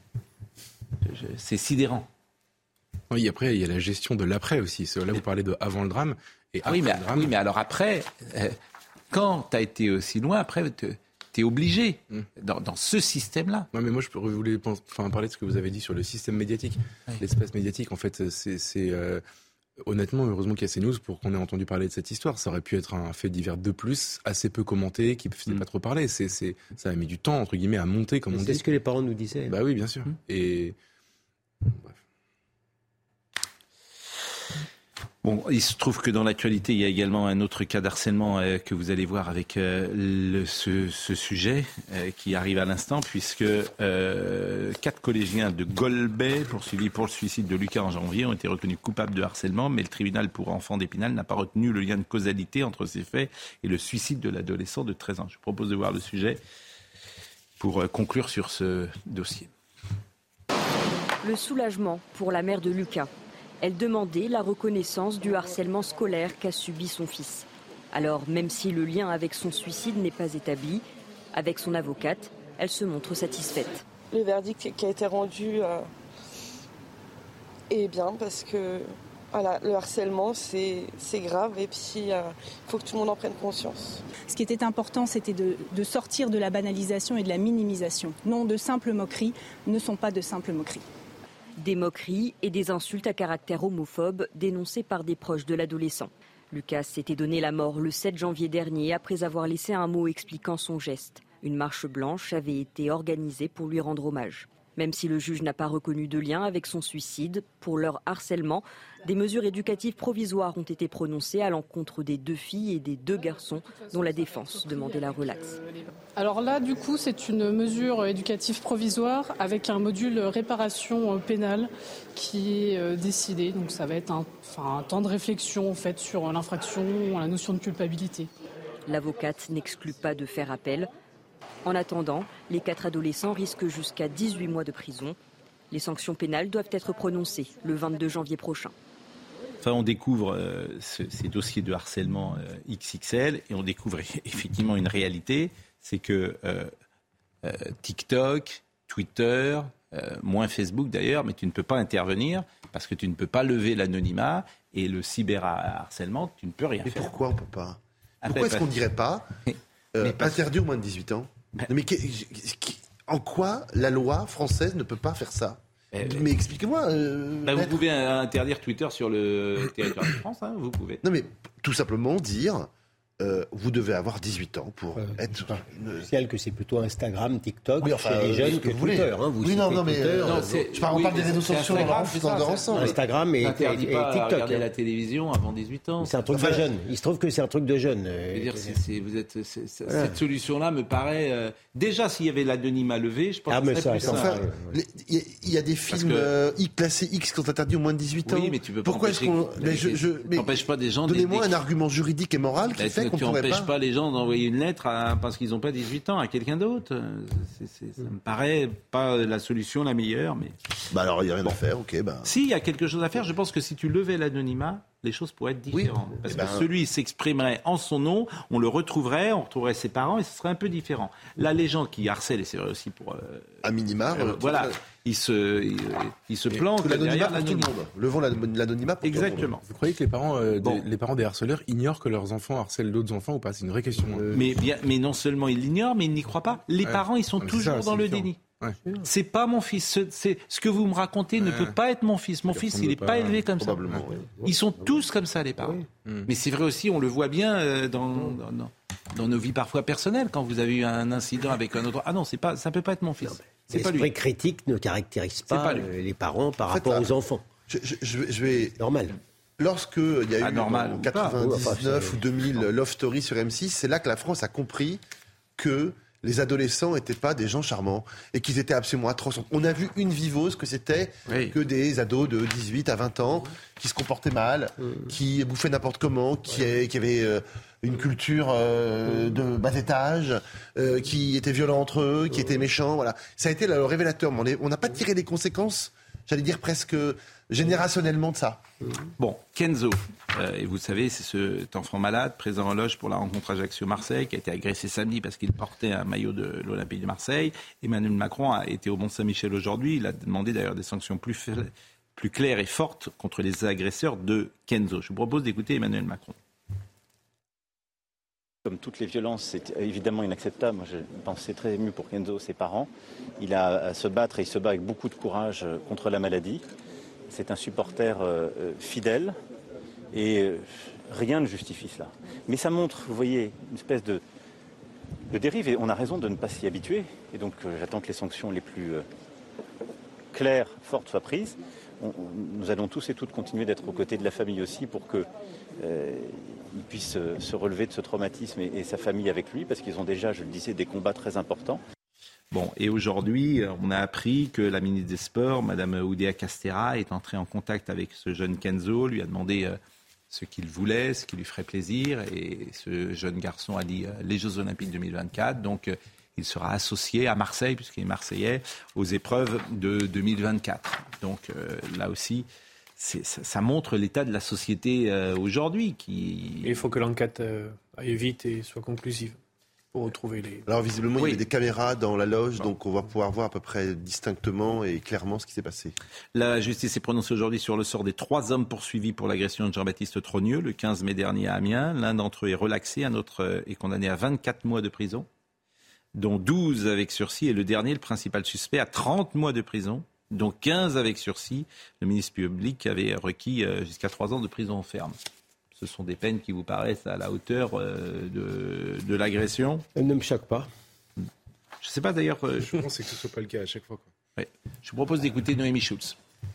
je, c'est sidérant. Oui, après, il y a la gestion de l'après aussi. Là, vous parlez de avant le drame. Et ah oui, mais, le drame... oui, mais alors après... Euh, Quand tu as été aussi loin, après, tu es obligé mmh. dans, dans ce système-là. Non, mais moi, je voulais enfin, parler de ce que vous avez dit sur le système médiatique. Oui. L'espace médiatique, en fait, c'est... c'est euh, honnêtement, heureusement qu'il y a ces news pour qu'on ait entendu parler de cette histoire. Ça aurait pu être un fait divers de plus, assez peu commenté, qui ne faisait mmh. pas trop parler. C'est, c'est, ça a mis du temps, entre guillemets, à monter, comme mais on c'est dit. C'est ce que les parents nous disaient. Bah oui, bien sûr. Mmh. Et... Bref. Bon, il se trouve que dans l'actualité, il y a également un autre cas d'harcèlement euh, que vous allez voir avec euh, le, ce, ce sujet euh, qui arrive à l'instant, puisque euh, quatre collégiens de Golbet, poursuivis pour le suicide de Lucas en janvier, ont été reconnus coupables de harcèlement, mais le tribunal pour enfants d'Épinal n'a pas retenu le lien de causalité entre ces faits et le suicide de l'adolescent de treize ans. Je vous propose de voir le sujet pour euh, conclure sur ce dossier. Le soulagement pour la mère de Lucas. Elle demandait la reconnaissance du harcèlement scolaire qu'a subi son fils. Alors, même si le lien avec son suicide n'est pas établi, avec son avocate, elle se montre satisfaite. Le verdict qui a été rendu euh, est bien parce que voilà, le harcèlement, c'est, c'est grave et puis il euh, faut que tout le monde en prenne conscience. Ce qui était important, c'était de, de sortir de la banalisation et de la minimisation. Non, de simples moqueries ne sont pas de simples moqueries. Des moqueries et des insultes à caractère homophobe dénoncées par des proches de l'adolescent. Lucas s'était donné la mort le sept janvier dernier après avoir laissé un mot expliquant son geste. Une marche blanche avait été organisée pour lui rendre hommage. Même si le juge n'a pas reconnu de lien avec son suicide, pour leur harcèlement, des mesures éducatives provisoires ont été prononcées à l'encontre des deux filles et des deux garçons dont la défense demandait la relaxe. Alors là, du coup, c'est une mesure éducative provisoire avec un module réparation pénale qui est décidé. Donc ça va être un, enfin, un temps de réflexion en fait, sur l'infraction, la notion de culpabilité. L'avocate n'exclut pas de faire appel. En attendant, les quatre adolescents risquent jusqu'à dix-huit mois de prison. Les sanctions pénales doivent être prononcées le vingt-deux janvier prochain. Enfin, on découvre euh, ce, ces dossiers de harcèlement euh, X X L et on découvre effectivement une réalité, c'est que euh, euh, TikTok, Twitter, euh, moins Facebook d'ailleurs, mais tu ne peux pas intervenir parce que tu ne peux pas lever l'anonymat et le cyberharcèlement, tu ne peux rien mais faire. Mais pourquoi on ne peut pas ? Après, Pourquoi est-ce qu'on ne dirait pas euh, interdire aux moins de dix-huit ans ? Ben, non, mais en quoi la loi française ne peut pas faire ça ? euh, Mais expliquez-moi. Euh, ben vous pouvez interdire Twitter sur le territoire de France, hein, vous pouvez. Non mais tout simplement dire, euh, vous devez avoir dix-huit ans pour euh, être... Je signale que c'est plutôt Instagram, TikTok, oui, enfin, chez les jeunes que, que Twitter. Hein, vous oui, non, non, mais Twitter, non, c'est, je parle, oui, on parle des réseaux sociaux dans leur ensemble. Instagram et, et, et pas TikTok. Regarder hein. la télévision avant dix-huit ans. C'est un truc enfin, de jeunes. Il se trouve que c'est un truc de jeunes. Euh, dire, c'est, c'est, vous êtes, c'est, c'est, voilà. Cette solution-là me paraît... Euh, déjà, s'il y avait l'anonymat levé, je pense ah, que ce serait ça, plus simple. Il y, y a des films que... euh, classés X qui sont interdits aux moins de dix-huit ans. Oui, mais tu peux pas Pourquoi est-ce qu'on... Mais je, je, mais n'empêche pas des gens... Donnez-moi des, un argument juridique et moral qui fait qu'on pourrait pas... Tu n'empêches pas les gens d'envoyer une lettre à, parce qu'ils n'ont pas dix-huit ans à quelqu'un d'autre. C'est, c'est, ça me paraît pas la solution la meilleure, mais... Bah alors, il n'y a rien bon. à faire, ok. Bah... Si, il y a quelque chose à faire. Je pense que si tu levais l'anonymat, les choses pourraient être différentes. Oui, parce que ben... celui s'exprimerait en son nom, on le retrouverait, on retrouverait ses parents et ce serait un peu différent. Là, les gens qui harcèlent, et c'est vrai aussi pour... Euh, à minima, euh, voilà, euh... ils se, ils, ils se planquent derrière l'anonymat. Tout le monde. Levons l'anonymat pour Exactement. Tout le monde. Vous croyez que les parents, euh, bon. des, les parents des harceleurs ignorent que leurs enfants harcèlent d'autres enfants ou pas ? C'est une vraie question. Euh... Mais, bien, mais non seulement ils l'ignorent, mais ils n'y croient pas. Les ouais. parents, ils sont toujours ça, dans le différent. déni. Ouais. C'est pas mon fils. Ce, c'est, ce que vous me racontez ouais. ne peut pas être mon fils. Mon fils, il n'est pas, pas élevé comme ça. Ouais. Ils sont tous comme ça, les parents. Oui. Mais c'est vrai aussi, on le voit bien dans, dans, dans, dans nos vies parfois personnelles. Quand vous avez eu un incident avec un autre, ah non, c'est pas, ça peut pas être mon fils. Non, c'est pas lui. L'esprit critique ne caractérise pas, pas les parents par en fait, rapport là, aux enfants. Je, je, je vais normal. Lorsque il y a ah, eu normal, en quatre-vingt-dix-neuf ou, ou deux mille Love Story sur M six, c'est là que la France a compris que les adolescents n'étaient pas des gens charmants et qu'ils étaient absolument atroces. On a vu une vivose que c'était oui. que des ados de dix-huit à vingt ans qui se comportaient mal, mmh. qui bouffaient n'importe comment, qui, ouais. qui avaient euh, une culture euh, de bas étage, euh, qui étaient violents entre eux, qui mmh. étaient méchants. Voilà. Ça a été le révélateur. Mais on n'a pas tiré les conséquences, j'allais dire presque générationnellement de ça. Bon, Kenzo, euh, et vous le savez, c'est cet enfant malade, présent en loge pour la rencontre Ajaccio-Marseille, qui a été agressé samedi parce qu'il portait un maillot de l'Olympique de Marseille. Emmanuel Macron a été au Mont-Saint-Michel aujourd'hui. Il a demandé d'ailleurs des sanctions plus, plus claires et fortes contre les agresseurs de Kenzo. Je vous propose d'écouter Emmanuel Macron. Comme toutes les violences, c'est évidemment inacceptable. Moi, je pense que c'est très ému pour Kenzo, ses parents. Il a à se battre et il se bat avec beaucoup de courage contre la maladie. C'est un supporter euh, fidèle et euh, rien ne justifie cela. Mais ça montre, vous voyez, une espèce de, de dérive et on a raison de ne pas s'y habituer. Et donc euh, j'attends que les sanctions les plus euh, claires, fortes soient prises. On, on, nous allons tous et toutes continuer d'être aux côtés de la famille aussi pour que euh, il puisse euh, se relever de ce traumatisme et, et sa famille avec lui, parce qu'ils ont déjà, je le disais, des combats très importants. Bon, et aujourd'hui, on a appris que la ministre des Sports, Mme Oudéa Castéra, est entrée en contact avec ce jeune Kenzo, lui a demandé euh, ce qu'il voulait, ce qui lui ferait plaisir, et ce jeune garçon a dit euh, les Jeux Olympiques deux mille vingt-quatre, donc euh, il sera associé à Marseille, puisqu'il est marseillais, aux épreuves de deux mille vingt-quatre. Donc euh, là aussi, c'est, ça, ça montre l'état de la société euh, aujourd'hui. Qui... Et il faut que l'enquête euh, aille vite et soit conclusive pour retrouver les... Alors visiblement, oui. il y avait des caméras dans la loge, donc on va pouvoir voir à peu près distinctement et clairement ce qui s'est passé. La justice s'est prononcée aujourd'hui sur le sort des trois hommes poursuivis pour l'agression de Jean-Baptiste Trogneux le quinze mai dernier à Amiens. L'un d'entre eux est relaxé, un autre est condamné à vingt-quatre mois de prison, dont douze avec sursis, et le dernier, le principal suspect, à trente mois de prison, dont quinze avec sursis. Le ministre public avait requis jusqu'à trois ans de prison ferme. Ce sont des peines qui vous paraissent à la hauteur euh, de, de l'agression ? Elle ne me choque pas. Je ne sais pas d'ailleurs... Euh, je pense que ce ne soit pas le cas à chaque fois. Quoi. Ouais. Je vous propose d'écouter Noémie Schulz.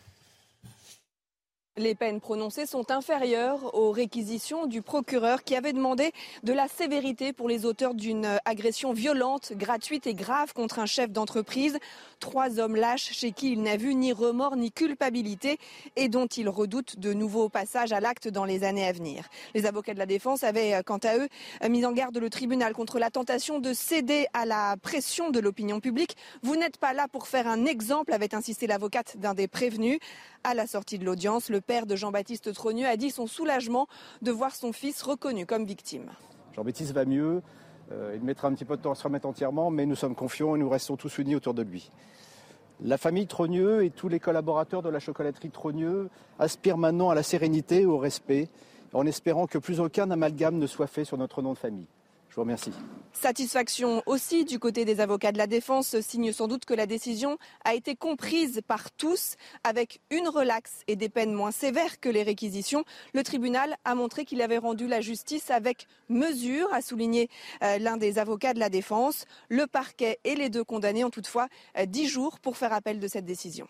Les peines prononcées sont inférieures aux réquisitions du procureur qui avait demandé de la sévérité pour les auteurs d'une agression violente, gratuite et grave contre un chef d'entreprise. Trois hommes lâches chez qui il n'a vu ni remords ni culpabilité et dont il redoute de nouveaux passages à l'acte dans les années à venir. Les avocats de la défense avaient, quant à eux, mis en garde le tribunal contre la tentation de céder à la pression de l'opinion publique. Vous n'êtes pas là pour faire un exemple, avait insisté l'avocate d'un des prévenus. À la sortie de l'audience, le père de Jean-Baptiste Trogneux a dit son soulagement de voir son fils reconnu comme victime. Jean-Baptiste va mieux, euh, il mettra un petit peu de temps à se remettre entièrement, mais nous sommes confiants et nous restons tous unis autour de lui. La famille Trogneux et tous les collaborateurs de la chocolaterie Trogneux aspirent maintenant à la sérénité et au respect, en espérant que plus aucun amalgame ne soit fait sur notre nom de famille. Je vous remercie. Satisfaction aussi du côté des avocats de la défense, signe sans doute que la décision a été comprise par tous. Avec une relaxe et des peines moins sévères que les réquisitions, le tribunal a montré qu'il avait rendu la justice avec mesure, a souligné euh, l'un des avocats de la défense. Le parquet et les deux condamnés ont toutefois euh, dix jours pour faire appel de cette décision.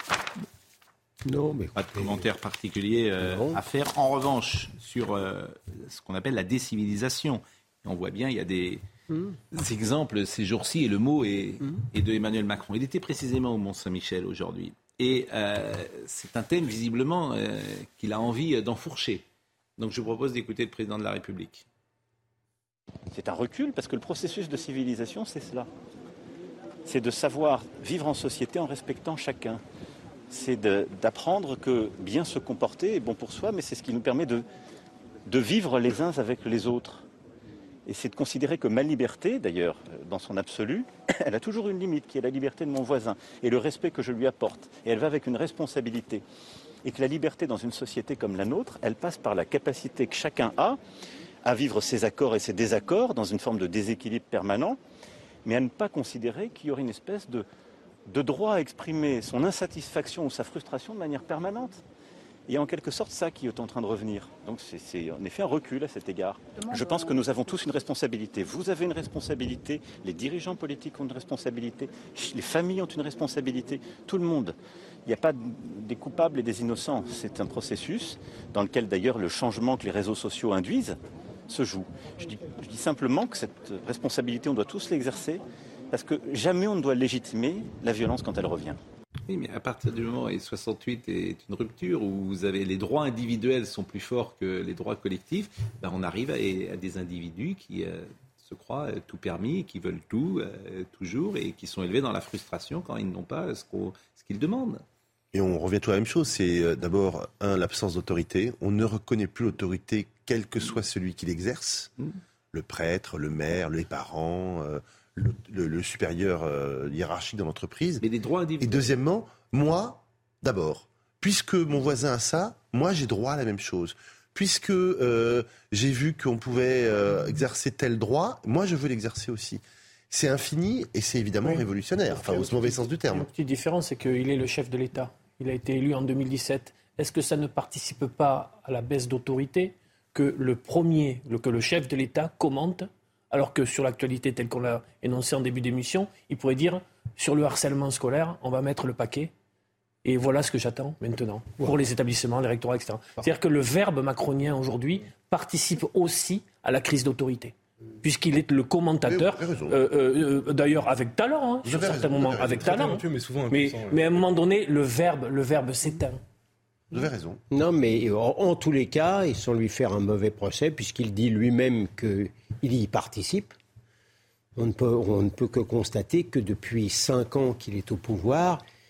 Non, mais... Pas de commentaire particulier euh, à faire. En revanche, sur euh, ce qu'on appelle la décivilisation, et on voit bien, il y a des, mmh. des exemples ces jours-ci, et le mot est, mmh. est de Emmanuel Macron. Il était précisément au Mont-Saint-Michel aujourd'hui. Et euh, c'est un thème, visiblement, euh, qu'il a envie d'enfourcher. Donc je vous propose d'écouter le président de la République. C'est un recul, parce que le processus de civilisation, c'est cela. C'est de savoir vivre en société en respectant chacun. C'est de, d'apprendre que bien se comporter est bon pour soi, mais c'est ce qui nous permet de, de vivre les uns avec les autres. Et c'est de considérer que ma liberté, d'ailleurs, dans son absolu, elle a toujours une limite, qui est la liberté de mon voisin, et le respect que je lui apporte. Et elle va avec une responsabilité. Et que la liberté dans une société comme la nôtre, elle passe par la capacité que chacun a à vivre ses accords et ses désaccords dans une forme de déséquilibre permanent, mais à ne pas considérer qu'il y aurait une espèce de, de droit à exprimer son insatisfaction ou sa frustration de manière permanente. Et en quelque sorte, ça qui est en train de revenir. Donc c'est, c'est en effet un recul à cet égard. Je pense que nous avons tous une responsabilité. Vous avez une responsabilité, les dirigeants politiques ont une responsabilité, les familles ont une responsabilité, tout le monde. Il n'y a pas des coupables et des innocents. C'est un processus dans lequel d'ailleurs le changement que les réseaux sociaux induisent se joue. Je dis, je dis simplement que cette responsabilité, on doit tous l'exercer parce que jamais on ne doit légitimer la violence quand elle revient. Oui, mais à partir du moment où soixante-huit est une rupture, où vous avez les droits individuels sont plus forts que les droits collectifs, ben on arrive à, à des individus qui euh, se croient euh, tout permis, qui veulent tout, euh, toujours, et qui sont élevés dans la frustration quand ils n'ont pas ce, qu'on, ce qu'ils demandent. Et on revient toujours à la même chose, c'est euh, d'abord, un, l'absence d'autorité. On ne reconnaît plus l'autorité, quel que soit celui qui l'exerce, mmh. le prêtre, le maire, les parents... Euh, Le, le, le supérieur euh, hiérarchique dans l'entreprise. Mais des droits individuels. Et deuxièmement, moi, d'abord, puisque mon voisin a ça, moi j'ai droit à la même chose. Puisque euh, j'ai vu qu'on pouvait euh, exercer tel droit, moi je veux l'exercer aussi. C'est infini et c'est évidemment oui. révolutionnaire, enfin au mauvais sens du terme. Une petite différence, c'est qu'il est le chef de l'État. Il a été élu en deux mille dix-sept. Est-ce que ça ne participe pas à la baisse d'autorité que le premier, que le chef de l'État commente ? Alors que sur l'actualité telle qu'on l'a énoncée en début d'émission, il pourrait dire, sur le harcèlement scolaire, on va mettre le paquet. Et voilà ce que j'attends maintenant ouais. pour les établissements, les rectorats, et cetera. C'est-à-dire que le verbe macronien aujourd'hui participe aussi à la crise d'autorité. Puisqu'il est le commentateur, euh, euh, d'ailleurs avec talent, hein, sur certains raison, moments, avec talent. Mais, souvent mais, ouais. mais à un moment donné, le verbe, le verbe s'éteint. Vous avez raison. Non, mais en, en tous les cas, et sans lui faire un mauvais procès, puisqu'il dit lui-même qu'il y participe, on ne, peut, on ne peut que constater que depuis cinq ans qu'il est au pouvoir,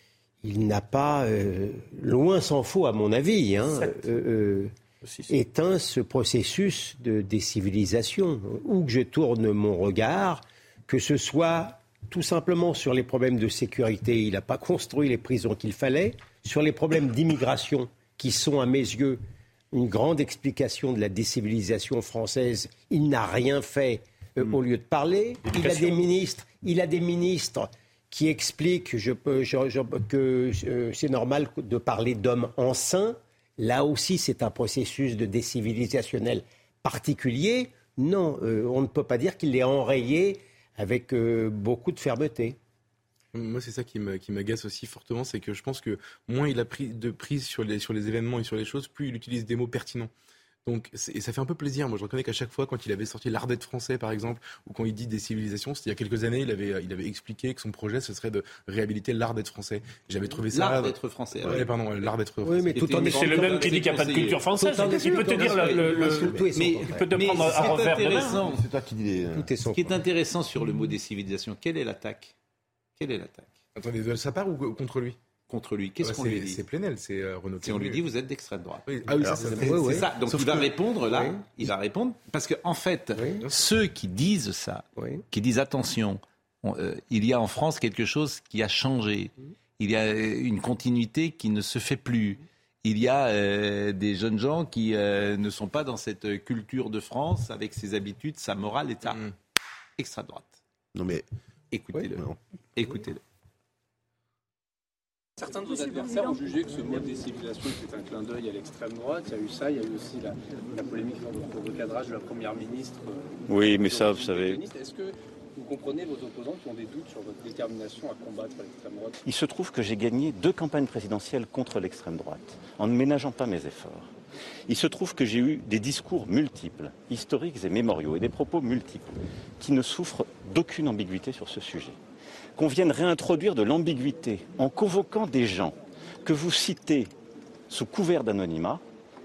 il n'a pas, euh, loin s'en faut à mon avis, hein, euh, euh, éteint ce processus de décivilisation. Où que je tourne mon regard, que ce soit tout simplement sur les problèmes de sécurité, il n'a pas construit les prisons qu'il fallait, sur les problèmes d'immigration, qui sont à mes yeux une grande explication de la décivilisation française, il n'a rien fait euh, mmh. au lieu de parler. Il a des ministres, il a des ministres qui expliquent je peux, je, je, que euh, c'est normal de parler d'hommes enceints. Là aussi, c'est un processus de décivilisationnel particulier. Non, euh, on ne peut pas dire qu'il l'ait enrayé avec euh, beaucoup de fermeté. Moi, c'est ça qui m'agace aussi fortement, c'est que je pense que moins il a pris de prise sur les, sur les événements et sur les choses, plus il utilise des mots pertinents. Donc, et ça fait un peu plaisir. Moi, je reconnais qu'à chaque fois, quand il avait sorti l'art d'être français, par exemple, ou quand il dit des civilisations, c'était il y a quelques années, il avait, il avait expliqué que son projet, ce serait de réhabiliter l'art d'être français. J'avais trouvé ça... L'art d'être français. Ouais, ouais. Pardon, l'art d'être français. Oui, mais tout en c'est le même qui dit qu'il n'y a pas de culture française. Il peut te dire le... Mais il peut te prendre à revers de main. C'est toi qui dis les... Ce qui est intéressant sur le mot décivilisation, quelle est l'attaque ? Quelle est l'attaque ? Attendez, de sa part ou contre lui ? Contre lui. Qu'est-ce ouais, qu'on lui dit ? C'est Plenel, c'est euh, Renaud. Si on lui dit vous êtes d'extrême droite. Oui. Ah oui, Alors, ça, ça, c'est, c'est, oui, c'est ça. Donc Sauf il va que... répondre là. Oui. Il va répondre parce que en fait, oui. ceux qui disent ça, oui. qui disent attention, on, euh, il y a en France quelque chose qui a changé. Il y a une continuité qui ne se fait plus. Il y a euh, des jeunes gens qui euh, ne sont pas dans cette culture de France avec ses habitudes, sa morale et ça. Mm. Extrême droite. Non mais écoutez-le. Oui, écoutez-le. Certains de vos adversaires ont jugé que ce mot de décivilisation était un clin d'œil à l'extrême droite. Il y a eu ça, il y a eu aussi la, la polémique sur le recadrage de la première ministre. Oui, mais ça, vous savez... Est-ce que vous comprenez vos opposants qui ont des doutes sur votre détermination à combattre l'extrême droite ? Il se trouve que j'ai gagné deux campagnes présidentielles contre l'extrême droite, en ne ménageant pas mes efforts. Il se trouve que j'ai eu des discours multiples, historiques et mémoriaux, et des propos multiples, qui ne souffrent d'aucune ambiguïté sur ce sujet. Qu'on vienne réintroduire de l'ambiguïté en convoquant des gens que vous citez sous couvert d'anonymat,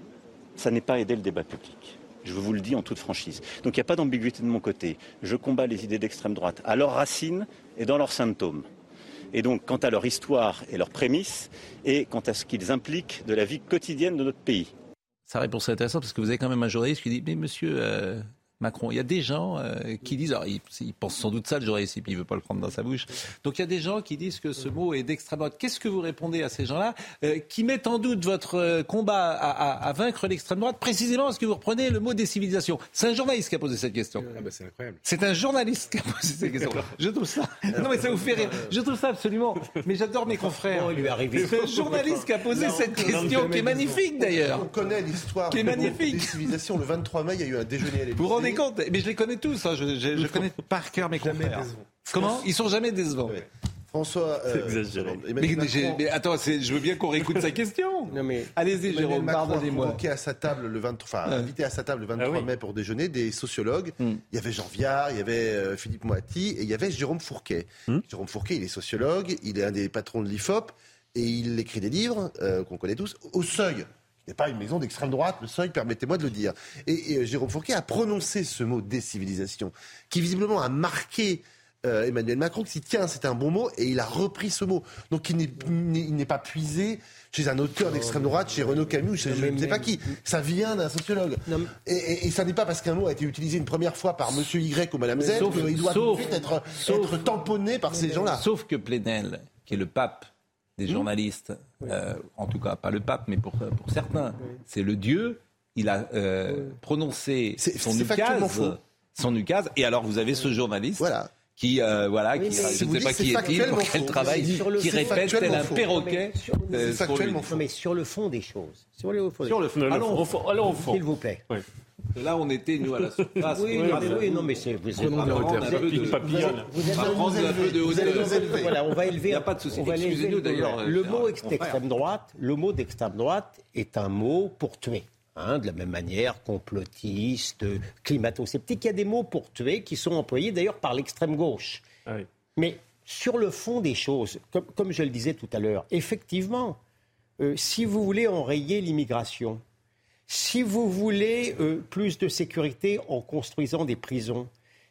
ça n'est pas aider le débat public. Je vous le dis en toute franchise. Donc il n'y a pas d'ambiguïté de mon côté. Je combats les idées d'extrême droite à leurs racines et dans leurs symptômes. Et donc quant à leur histoire et leurs prémices, et quant à ce qu'ils impliquent de la vie quotidienne de notre pays. Sa réponse est intéressante parce que vous avez quand même un journaliste qui dit « Mais monsieur... Euh... Macron, il y a des gens euh, qui disent, alors il, il pense sans doute ça le journaliste, et puis il ne veut pas le prendre dans sa bouche, donc il y a des gens qui disent que ce mot est d'extrême droite. Qu'est-ce que vous répondez à ces gens-là euh, qui mettent en doute votre euh, combat à, à, à vaincre l'extrême droite, précisément parce que vous reprenez le mot décivilisation ? C'est un journaliste qui a posé cette question. Ah bah c'est incroyable. C'est un journaliste qui a posé cette question. Je trouve ça... Non mais ça vous fait rire. Je trouve ça absolument... Mais j'adore mes confrères. Oh, il lui est arrivé. C'est un journaliste qui a posé non, cette question, non, qui est magnifique d'ailleurs. On connaît l'histoire qui est magnifique. De décivilisation. Le vingt-trois mai, il y a eu un déjeuner à l'Élysée. Vous vous rendez compte ? Mais je les connais tous, hein. je, je, je connais par cœur mes confrères. Comment ? Ils sont jamais décevants. Ouais. François, euh, c'est exagéré. Mais, Macron... mais attends, c'est, je veux bien qu'on réécoute sa question. Non mais allez-y, Jérôme, pardonnez-moi. A convoqué à sa table le vingt-trois, enfin, ouais. invité à sa table le vingt-trois ah, oui. mai pour déjeuner des sociologues. Mm. Il y avait Jean Viard, il y avait euh, Philippe Moati et il y avait Jérôme Fourquet. Mm. Jérôme Fourquet, il est sociologue, il est un des patrons de l'I F O P et il écrit des livres euh, qu'on connaît tous. Au Seuil. Il n'y a pas une maison d'extrême droite, le Seuil, permettez-moi de le dire. Et, et Jérôme Fourquet a prononcé ce mot décivilisation, qui visiblement a marqué euh, Emmanuel Macron, qui dit tiens, c'est un bon mot, et il a repris ce mot. Donc il n'est, il n'est pas puisé chez un auteur d'extrême droite, chez Renaud Camus, chez non, je ne sais pas qui. Ça vient d'un sociologue. Non, et, et, et ça n'est pas parce qu'un mot a été utilisé une première fois par Monsieur Y ou Madame Z qu'il doit tout de suite être, sauf, être tamponné par ces gens-là. Sauf que Plenel, qui est le pape des journalistes, oui. euh, en tout cas pas le pape, mais pour, pour certains, oui. c'est le Dieu. Il a euh, oui. prononcé c'est, son ukase, son ukase, et alors vous avez ce journaliste voilà. qui, euh, voilà, oui, qui je ne sais pas qui est-il, pour quel travail, le, qui répète tel un perroquet. Sur, euh, factuellement faux. Non, mais sur le fond des choses. Sur le fond. Sur le fond. Allons au fond. Allons au fond. S'il vous plaît. Oui. Là, on était, nous, à la surface. Oui, oui, mais oui, non, mais c'est... Vous êtes prendre un peu de papillon. Vous êtes un peu de hauteur. Voilà, on va élever... Il n'y a pas de souci. Excusez-nous, d'ailleurs. Le mot d'extrême droite, le mot d'extrême droite est un mot pour tuer. Hein, de la même manière, complotiste, climato-sceptique. Il y a des mots pour tuer qui sont employés, d'ailleurs, par l'extrême gauche. Ah oui. Mais sur le fond des choses, comme, comme je le disais tout à l'heure, effectivement, euh, si vous voulez enrayer l'immigration... Si vous voulez euh, plus de sécurité en construisant des prisons,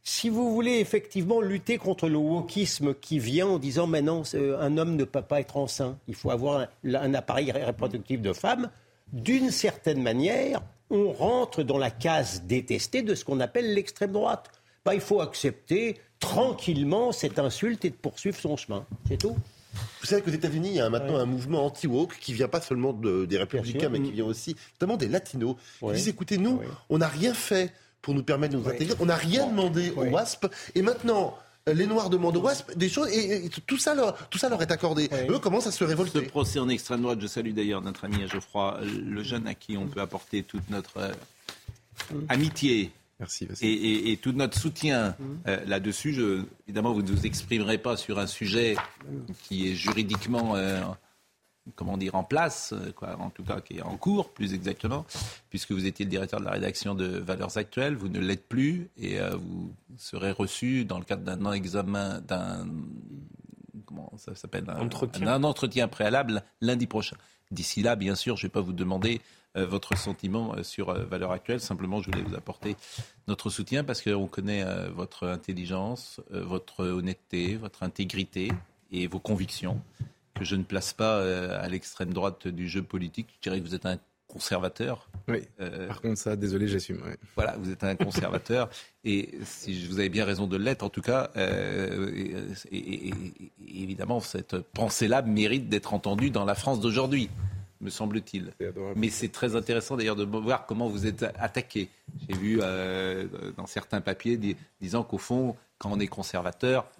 Si vous voulez effectivement lutter contre le wokisme qui vient en disant maintenant un homme ne peut pas être enceint, il faut avoir un, un appareil reproductif de femme, d'une certaine manière, on rentre dans la case détestée de ce qu'on appelle l'extrême droite. Ben, il faut accepter tranquillement cette insulte et de poursuivre son chemin. C'est tout. Vous savez qu'aux États-Unis, il y a maintenant ouais. un mouvement anti-woke qui vient pas seulement de, des républicains, mais qui vient aussi notamment des latinos. Ouais. Ils disent, écoutez, nous, ouais. on n'a rien fait pour nous permettre de nous ouais. intégrer. On n'a rien bon. demandé ouais. au W A S P. Et maintenant, les Noirs demandent au W A S P des choses et, et tout, ça leur, tout ça leur est accordé. Ouais. Eux commencent à se révolter. Ce procès en extrême droite, je salue d'ailleurs notre ami Geoffroy Lejeune, à qui on peut apporter toute notre euh, amitié. Merci, et, et, et tout notre soutien euh, là-dessus. Je, évidemment, vous ne vous exprimerez pas sur un sujet qui est juridiquement... Euh, comment dire, en place, quoi, en tout cas qui est en cours, plus exactement, puisque vous étiez le directeur de la rédaction de Valeurs Actuelles, vous ne l'êtes plus, et euh, vous serez reçu dans le cadre d'un examen, d'un, comment ça s'appelle, un entretien. un entretien préalable lundi prochain. D'ici là, bien sûr, je ne vais pas vous demander euh, votre sentiment euh, sur euh, Valeurs Actuelles, simplement je voulais vous apporter notre soutien, parce qu'on connaît euh, votre intelligence, euh, votre honnêteté, votre intégrité et vos convictions, que je ne place pas euh, à l'extrême droite du jeu politique. Je dirais que vous êtes un conservateur. Oui, euh, par contre ça, désolé, j'assume. Oui. Voilà, vous êtes un conservateur, et si vous avez bien raison de l'être, en tout cas, euh, et, et, et, et évidemment, cette pensée-là mérite d'être entendue dans la France d'aujourd'hui, me semble-t-il. C'est Mais c'est très intéressant d'ailleurs de voir comment vous êtes attaqué. J'ai vu euh, dans certains papiers dis, disant qu'au fond, quand on est conservateur... Mm.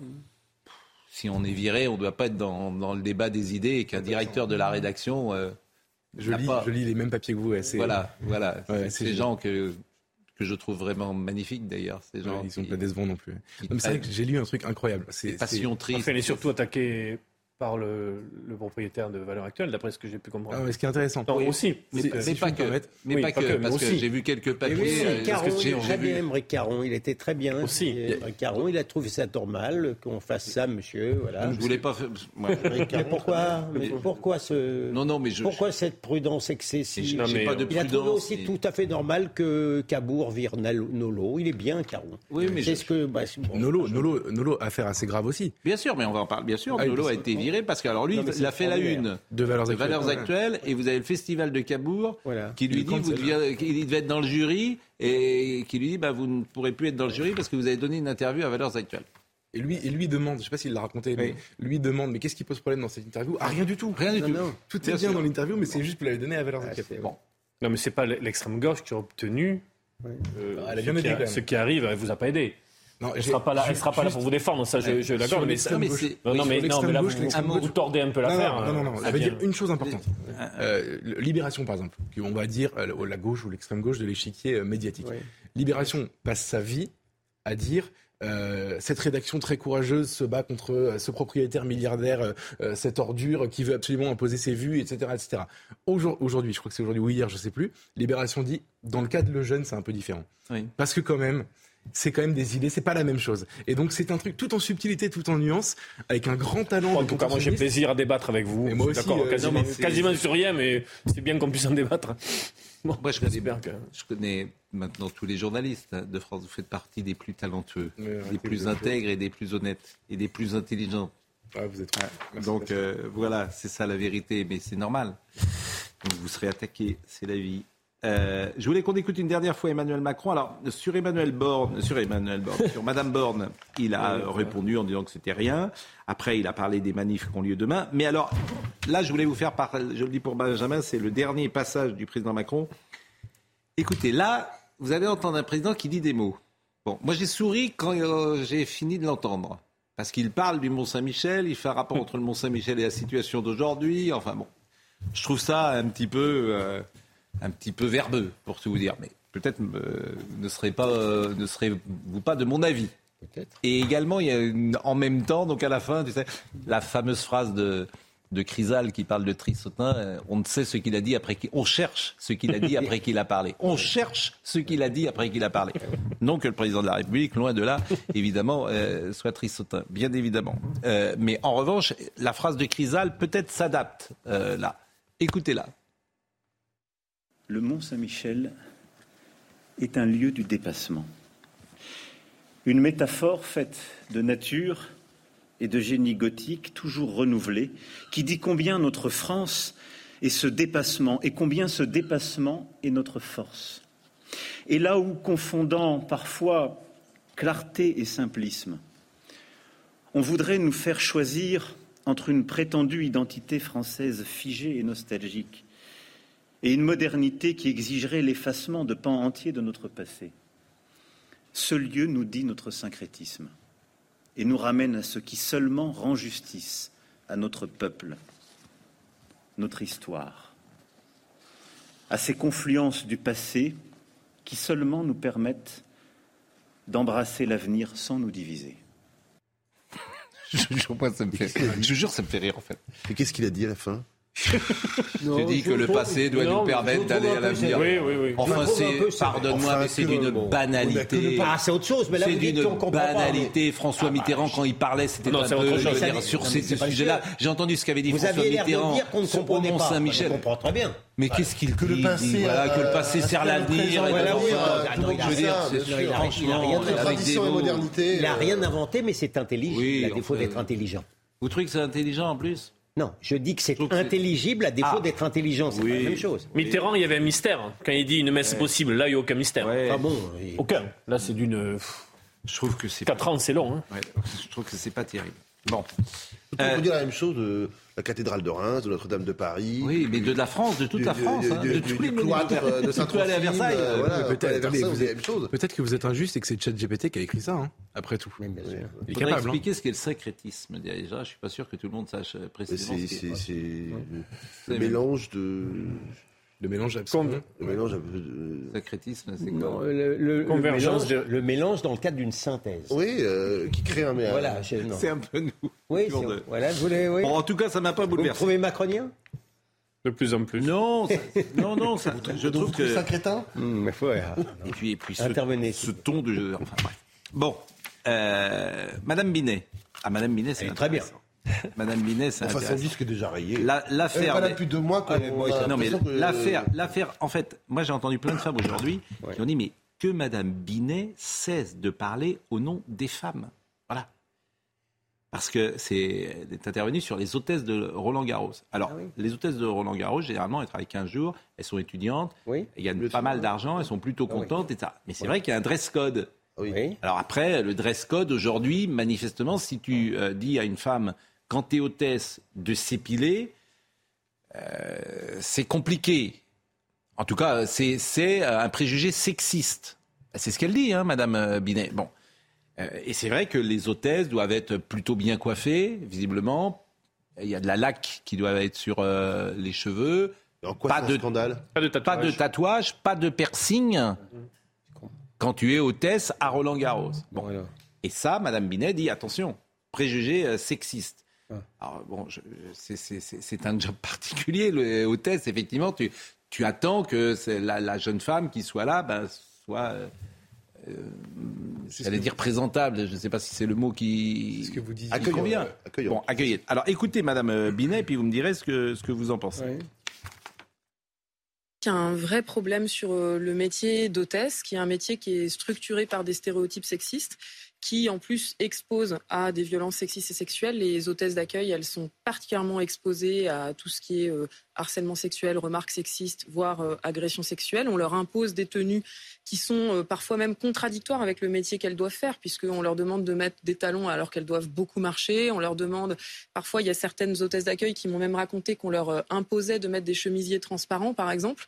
Si on est viré, on ne doit pas être dans, dans le débat des idées et qu'un directeur de la rédaction... Euh, je, lis, pas... je lis les mêmes papiers que vous. Ouais, c'est... Voilà, voilà. Ouais, c'est ces gens que, que je trouve vraiment magnifiques d'ailleurs. Ces gens ouais, ils ne sont qui, pas décevants non plus. Non, mais c'est vrai que j'ai lu un truc incroyable. C'est, passion c'est... triste. Enfin, il est surtout attaqué par le, le propriétaire de Valeurs Actuelles, d'après ce que j'ai pu comprendre. Ah, mais ce qui est intéressant. Non, oui. aussi. Mais, mais, si pas, que, mais oui, pas, pas que. Parce aussi. que j'ai vu quelques papiers. Oui, euh, Caron, que il est très bien, Émeric Caron, il était très bien. Aussi. Émeric Caron, il a trouvé ça normal qu'on fasse ça, monsieur. Voilà. Je voulais pas faire. Moi, mais pourquoi mais pourquoi ce Non, non, mais je. Pourquoi cette prudence excessive non, mais pas de Il a trouvé aussi et... tout à fait normal que Cabourg vire Nolo. Il est bien, Caron. Oui, mais c'est je... ce que. Bah, bon, Nolo, Nolo, Nolo, affaire assez grave aussi. Bien sûr, mais on va en parler. Bien sûr, ah, Nolo a été viré parce que alors lui, il a fait la une de Valeurs Actuelles, Valeurs Actuelles et vous avez le festival de Cabourg voilà. qui lui dit vous devez, qu'il devait être dans le jury et qui lui dit bah, vous ne pourrez plus être dans le jury parce que vous avez donné une interview à Valeurs Actuelles. Et lui, et lui demande, je ne sais pas s'il l'a raconté, mais oui. lui demande mais qu'est-ce qui pose problème dans cette interview? Ah, rien du tout. Rien du non, tout. Non. Tout bien est bien sûr. Dans l'interview, mais c'est juste que vous l'avez donné à Valeurs Actuelles. Ah, bon. Non, mais c'est pas l'extrême gauche qui a obtenu. Oui. Euh, elle a bien aidé. Ce qui arrive, elle vous a pas aidé. Non, elle ne sera pas là, elle sera pas là pour vous défendre, ça je, je l'accorde. Mais, mais, mais, c'est, non, mais, non, mais là vous, vous, vous tordez un peu l'affaire. Non, non, non, non, ça veut dire une chose importante. Euh, Libération, par exemple, qui on va dire euh, la gauche ou l'extrême gauche de l'échiquier euh, médiatique. Oui. Libération passe sa vie à dire euh, cette rédaction très courageuse se bat contre euh, ce propriétaire milliardaire, euh, cette ordure qui veut absolument imposer ses vues, et cetera, et cetera. Aujourd'hui, je crois que c'est aujourd'hui ou hier, je sais plus. Libération dit dans le cas de Lejeune, c'est un peu différent, oui. Parce que quand même. C'est quand même des idées, c'est pas la même chose. Et donc c'est un truc tout en subtilité, tout en nuance, avec un grand talent. En tout cas, moi j'ai plaisir à débattre avec vous. Et moi aussi, d'accord, euh, quasiment, quasiment sur rien, mais c'est bien qu'on puisse en débattre. Bon, moi je connais, que... je connais maintenant tous les journalistes de France. Vous faites partie des plus talentueux, ouais, des plus intègres et des plus honnêtes et des plus intelligents. Ah, vous êtes. Ouais. Donc euh, voilà, c'est ça la vérité, mais c'est normal. Donc vous serez attaqué, c'est la vie. Euh, je voulais qu'on écoute une dernière fois Emmanuel Macron. Alors, sur Emmanuel Borne, sur Emmanuel Borne, sur Madame Borne, il a répondu en disant que c'était rien. Après, il a parlé des manifs qui ont lieu demain. Mais alors, là, je voulais vous faire part, je le dis pour Benjamin, c'est le dernier passage du président Macron. Écoutez, là, vous allez entendre un président qui dit des mots. Bon, moi, j'ai souri quand euh, j'ai fini de l'entendre. Parce qu'il parle du Mont-Saint-Michel, il fait un rapport entre le Mont-Saint-Michel et la situation d'aujourd'hui. Enfin bon, je trouve ça un petit peu... Euh, un petit peu verbeux, pour tout vous dire. Mais peut-être euh, ne serez pas, euh, ne serez-vous pas de mon avis. Peut-être. Et également, il y a une, en même temps, donc à la fin, tu sais, la fameuse phrase de, de Chrysal qui parle de Trissotin, euh, on ne sait ce qu'il a dit après qu'il... On cherche ce qu'il a dit après qu'il a parlé. On cherche ce qu'il a dit après qu'il a parlé. Non que le président de la République, loin de là, évidemment, euh, soit Trissotin, bien évidemment. Euh, mais en revanche, la phrase de Chrysal peut-être s'adapte euh, là. Écoutez-la. Le Mont-Saint-Michel est un lieu du dépassement. Une métaphore faite de nature et de génie gothique toujours renouvelé, qui dit combien notre France est ce dépassement et combien ce dépassement est notre force. Et là où, confondant parfois clarté et simplisme, on voudrait nous faire choisir entre une prétendue identité française figée et nostalgique et une modernité qui exigerait l'effacement de pans entiers de notre passé, ce lieu nous dit notre syncrétisme et nous ramène à ce qui seulement rend justice à notre peuple, notre histoire, à ces confluences du passé qui seulement nous permettent d'embrasser l'avenir sans nous diviser. Je jure, moi, ça me fait rire. Je jure, ça me fait rire, en fait. Et qu'est-ce qu'il a dit à la fin? J'ai dit que le passé doit nous permettre d'aller à l'avenir. Oui, oui, oui. Enfin, c'est, pardonne-moi, enfin, mais c'est d'une bon. banalité. Ah, c'est autre chose, mais là, c'est vous dites d'une qu'on comprend banalité. pas. François ah, Mitterrand, bah, quand il parlait, c'était non, un c'est peu, autre chose. je veux dire, sur ces sujets-là. J'ai entendu ce qu'avait dit vous François Mitterrand. Dire qu'on ne comprenait pas. Saint-Michel. On comprend très bien. Mais qu'est-ce qu'il que le passé, voilà, que le passé sert l'avenir. Je veux dire, franchement, tradition et modernité. Il n'a rien inventé, mais c'est intelligent. Il a défaut d'être intelligent. Vous trouvez que c'est intelligent en plus? Non, je dis que c'est intelligible à défaut ah. d'être intelligent, c'est oui. pas la même chose. Mitterrand, il y avait un mystère. Quand il dit une messe ouais. possible, là, il n'y a aucun mystère. Ouais. Ah bon et... Aucun. Là, c'est d'une... Je trouve que c'est... quatre ans, c'est long. Hein. Ouais, je trouve que c'est pas terrible. Bon. On euh... peut dire la même chose de la cathédrale de Reims, de Notre-Dame de Paris. Oui, mais de la France, de toute du, la France. Du, hein, du, de du, tous les cloître de Saint-Trophime. aller à Versailles. Euh, voilà, peut-être, Versailles, vous, vous la même chose. Peut-être que vous êtes injuste et que c'est ChatGPT qui a écrit ça, hein, après tout. Oui, il faudrait capable, expliquer hein. ce qu'est le syncrétisme. Déjà, je suis pas sûr que tout le monde sache précisément. C'est, ce qu'est. c'est, c'est, c'est le mélange de... Le mélange absolu. Le mélange un peu de... Syncrétisme, c'est non, quoi le, le, le, mélange, de... le mélange dans le cadre d'une synthèse. Oui, euh, qui crée un... Voilà, je, c'est un peu nous. Oui, c'est, de... voilà, vous voulez, oui. Bon, en tout cas, ça m'a pas bouleversé. Vous me trouvez macronien? De plus en plus. Non, ça, non, non, ça, je trouve que... C'est un crétin mmh, mais faut, ouais, Et puis, et puis ce, Intervenez, ce ton de... Enfin, bref. Bon, euh, Madame Binet. Ah, Madame Binet, c'est très bien. Madame Binet, c'est enfin, son disque est déjà rayé. La, l'affaire. Elle a plus de deux mois. Ah, euh, non, mais que... l'affaire, l'affaire. En fait, moi, j'ai entendu plein de femmes aujourd'hui ouais. qui ont dit mais que Madame Binet cesse de parler au nom des femmes. Voilà. Parce que c'est elle est intervenue sur les hôtesses de Roland Garros. Alors, ah oui. les hôtesses de Roland Garros, généralement, elles travaillent quinze jours, elles sont étudiantes, oui. elles gagnent Le pas mal d'argent, elles sont plutôt contentes, ah oui. et ça. Mais c'est oui. vrai qu'il y a un dress code. Oui. Alors après, le dress code aujourd'hui, manifestement, si tu euh, dis à une femme quand tu es hôtesse de s'épiler, euh, c'est compliqué. En tout cas, c'est, c'est un préjugé sexiste. C'est ce qu'elle dit, hein, Madame Binet. Bon. Euh, et c'est vrai que les hôtesses doivent être plutôt bien coiffées, visiblement. Il y a de la laque qui doit être sur euh, les cheveux. Et en quoi pas, c'est de, un scandale pas de tatouage. Pas de tatouage, pas de piercing quand tu es hôtesse à Roland-Garros. Bon. Voilà. Et ça, Madame Binet dit, attention, préjugé euh, sexiste. Alors, bon, je, c'est, c'est, c'est, c'est un job particulier, le hôtesse, effectivement. Tu, tu attends que c'est la, la jeune femme qui soit là ben, soit, euh, euh, j'allais dire présentable. Je ne sais pas si c'est le mot qui, ce que vous disiez. qui convient. Euh, accueillant. Bon, accueillez. Alors, écoutez Madame Binet, puis vous me direz ce que, ce que vous en pensez. Oui. Il y a un vrai problème sur le métier d'hôtesse, qui est un métier qui est structuré par des stéréotypes sexistes, qui en plus expose à des violences sexistes et sexuelles. Les hôtesses d'accueil, elles sont particulièrement exposées à tout ce qui est euh, harcèlement sexuel, remarques sexistes, voire euh, agressions sexuelles. On leur impose des tenues qui sont euh, parfois même contradictoires avec le métier qu'elles doivent faire, puisqu'on leur demande de mettre des talons alors qu'elles doivent beaucoup marcher. On leur demande, parfois il y a certaines hôtesses d'accueil qui m'ont même raconté qu'on leur euh, imposait de mettre des chemisiers transparents, par exemple,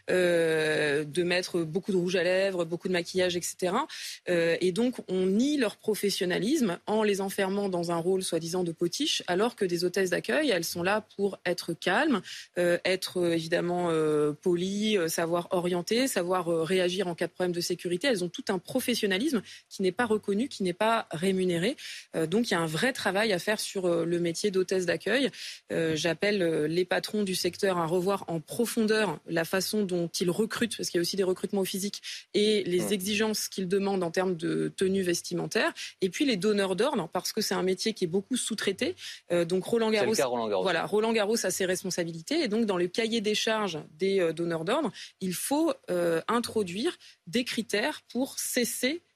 euh, de mettre beaucoup de rouge à lèvres, beaucoup de maquillage, et cetera. Euh, et donc on nie leur professionnalisme en les enfermant dans un rôle soi-disant de potiche, alors que des hôtesses d'accueil, elles sont là pour être calmes, euh, être euh, évidemment euh, polies, euh, savoir orienter, savoir euh, réagir en cas de problème de sécurité. Elles ont tout un professionnalisme qui n'est pas reconnu, qui n'est pas rémunéré. Euh, donc il y a un vrai travail à faire sur euh, le métier d'hôtesse d'accueil. Euh, j'appelle euh, les patrons du secteur à revoir en profondeur la façon dont ils recrutent, parce qu'il y a aussi des recrutements au physique, et les exigences qu'ils demandent en termes de tenue vestimentaire. Et puis les donneurs d'ordre, parce que c'est un métier qui est beaucoup sous-traité. Euh, donc Roland Garros, c'est le cas Roland Garros. Voilà, Roland Garros a ses responsabilités, et donc dans le cahier des charges des euh, donneurs d'ordre, il faut euh, introduire des critères pour cesser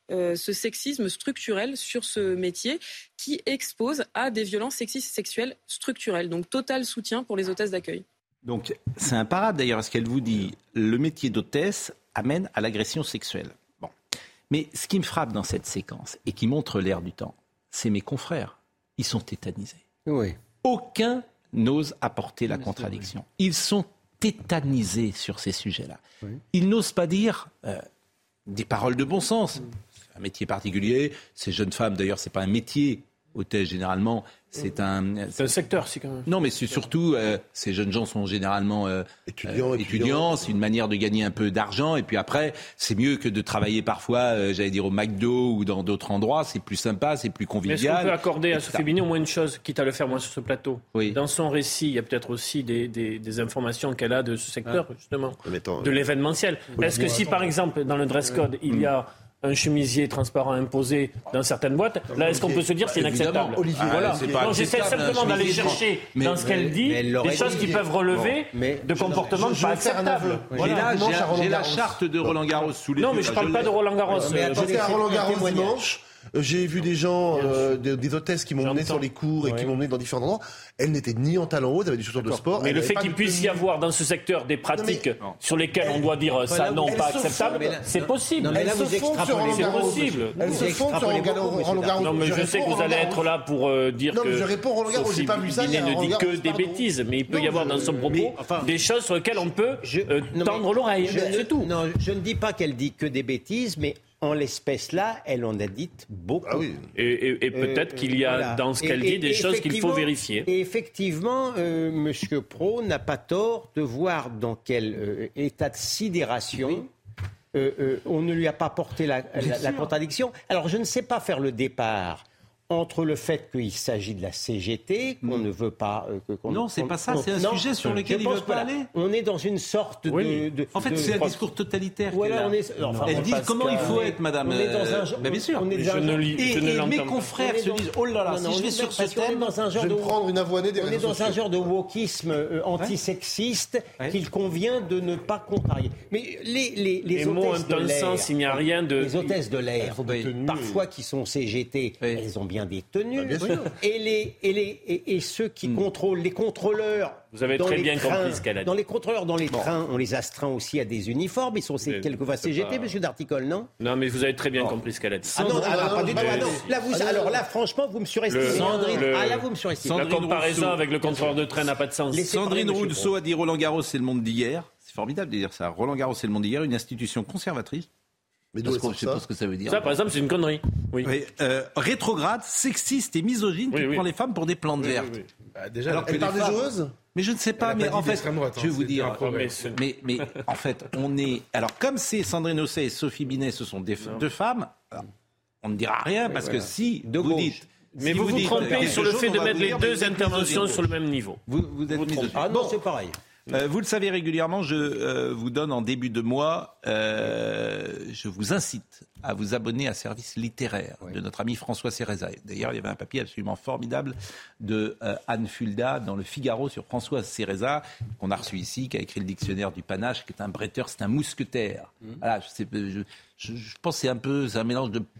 euh, ce sexisme structurel sur ce métier qui expose à des violences sexistes et sexuelles structurelles. Donc total soutien pour les hôtesses d'accueil. Donc c'est imparable d'ailleurs, parce qu'elle vous dit le métier d'hôtesse amène à l'agression sexuelle. Bon. Mais ce qui me frappe dans cette séquence et qui montre l'air du temps, c'est mes confrères. Ils sont tétanisés. Oui. Aucun n'ose apporter la contradiction. Ils sont tétanisés sur ces sujets-là. Oui. Ils n'osent pas dire euh, des paroles de bon sens. C'est un métier particulier. Ces jeunes femmes, d'ailleurs, c'est pas un métier. Hôtesse, généralement, c'est un... C'est un secteur, c'est quand même... Non, mais c'est surtout... Euh, ces jeunes gens sont généralement euh, étudiants, euh, étudiants. C'est une manière de gagner un peu d'argent. Et puis après, c'est mieux que de travailler parfois, euh, j'allais dire, au McDo ou dans d'autres endroits. C'est plus sympa, c'est plus convivial. Mais est-ce qu'on peut accorder à Sophie Binet au moins une chose, quitte à le faire moi sur ce plateau? Oui. Dans son récit, il y a peut-être aussi des, des, des informations qu'elle a de ce secteur, ah. justement, attends, de l'événementiel. Oui, est-ce que si, par exemple, dans le dress code, oui. il y a... un chemisier transparent imposé dans certaines boîtes, là, est-ce qu'on peut se dire que c'est inacceptable? Olivier, ah, voilà. c'est pas Donc j'essaie simplement d'aller chercher mais, dans ce qu'elle mais, dit mais des choses qui peuvent relever bon, mais, de comportements pas acceptables. Voilà. J'ai, la, j'ai, j'ai la charte de Roland Garros sous les yeux. Non, mais je ne parle pas de Roland Garros. J'étais à Roland Garros dimanche. J'ai vu des gens, euh, des, des hôtesses qui m'ont mené sur les cours et ouais. qui m'ont mené dans différents endroits. Elles n'étaient ni en talons hauts, elles avaient des chaussures de sport. Mais le fait qu'il puisse y avoir dans ce secteur des pratiques non, mais, sur lesquelles on doit dire ça voilà, non, pas acceptable, là, c'est possible. Non, mais là, vous extrapolez. C'est possible. Elles se font sur Roland Garros. Non, mais je sais que vous allez être là pour dire que. Non, mais je réponds Roland Garros, j'ai pas vu ça. Il ne dit que des bêtises, mais il peut y avoir dans son propos des choses sur lesquelles on peut tendre l'oreille. C'est tout. Non, je ne dis pas qu'elle dit que des bêtises, mais. En l'espèce-là, elle en a dit beaucoup. Ah oui. Et, et, et peut-être euh, qu'il y a voilà. dans ce qu'elle et, dit des choses qu'il faut vérifier. Et effectivement, euh, M. Praud n'a pas tort de voir dans quel euh, état de sidération oui. euh, euh, on ne lui a pas porté la, la, la contradiction. Alors, je ne sais pas faire le départ entre le fait qu'il s'agit de la C G T, qu'on mmh. ne veut pas... Euh, qu'on, non, c'est qu'on, pas ça, c'est un non, sujet sur lequel il ne veut pas aller. On est dans une sorte oui. de, de... En fait, de, c'est de, un discours totalitaire. Voilà, on est, enfin, elle dit comment il faut être, madame. On est dans un genre... Ben, bien sûr. On est je un ne lis, et, je ne et mes confrères se disent, oh là là, non, non, si je vais sur ce thème, dans un genre je vais de... prendre une avoinée des On est dans un genre de wokisme euh, antisexiste ouais. qu'il convient de ne pas contrarier. Mais les, les, les hôtesses de l'air... sens, il n'y a rien de... Les hôtesses de l'air, parfois qui sont C G T, elles ont bien des tenues. Et, les, et, les, et, et ceux qui mmh. contrôlent, les contrôleurs... Vous avez très bien trains, compris ce qu'elle a dit. Dans les contrôleurs, dans les bon. trains, on les astreint aussi à des uniformes. Ils sont mais, quelquefois C G T, pas... monsieur Darticole, non? Non, mais vous avez très bien bon. compris ce qu'elle a dit. Ah non, alors, pas du tout. Là, vous, alors là, franchement, vous me surestimez. Sandrine, le... Ah là, vous me surestimez. La comparaison Rousseau. Avec le contrôleur de train n'a pas de sens. Laissez Sandrine Rousseau a dit Roland Garros, c'est le monde d'hier. C'est formidable de dire ça. Roland Garros, c'est le monde d'hier, une institution conservatrice. Mais d'où je ne sais pas ce que ça veut dire. Ça, par exemple, c'est une connerie. Oui. Oui, euh, rétrograde, sexiste et misogyne oui, qui oui. prend les femmes pour des plantes oui, vertes. Oui, oui. Bah, déjà, alors elle parle des joueuses. Mais je ne sais pas, mais en fait, droite, hein, je vais vous dire, mais, mais, mais en fait, on est... Alors, comme c'est Sandrine Rousseau et Sophie Binet, ce sont des, deux femmes, alors, on ne dira rien, parce voilà. que si de vous gauche. dites... Mais si vous vous, vous dites, trompez sur le fait de mettre les deux interventions misogyne. sur le même niveau. Vous, vous êtes vous Ah non, c'est pareil. Euh, vous le savez régulièrement, je euh, vous donne en début de mois, euh, je vous incite à vous abonner à Service littéraire oui. de notre ami François Céreza. D'ailleurs, il y avait un papier absolument formidable de euh, Anne Fulda dans le Figaro sur François Céreza, qu'on a reçu ici, qui a écrit le dictionnaire du panache, qui est un bretteur, c'est un mousquetaire. Mmh. Voilà, je, sais, je, je, je pense que c'est un peu, c'est un mélange de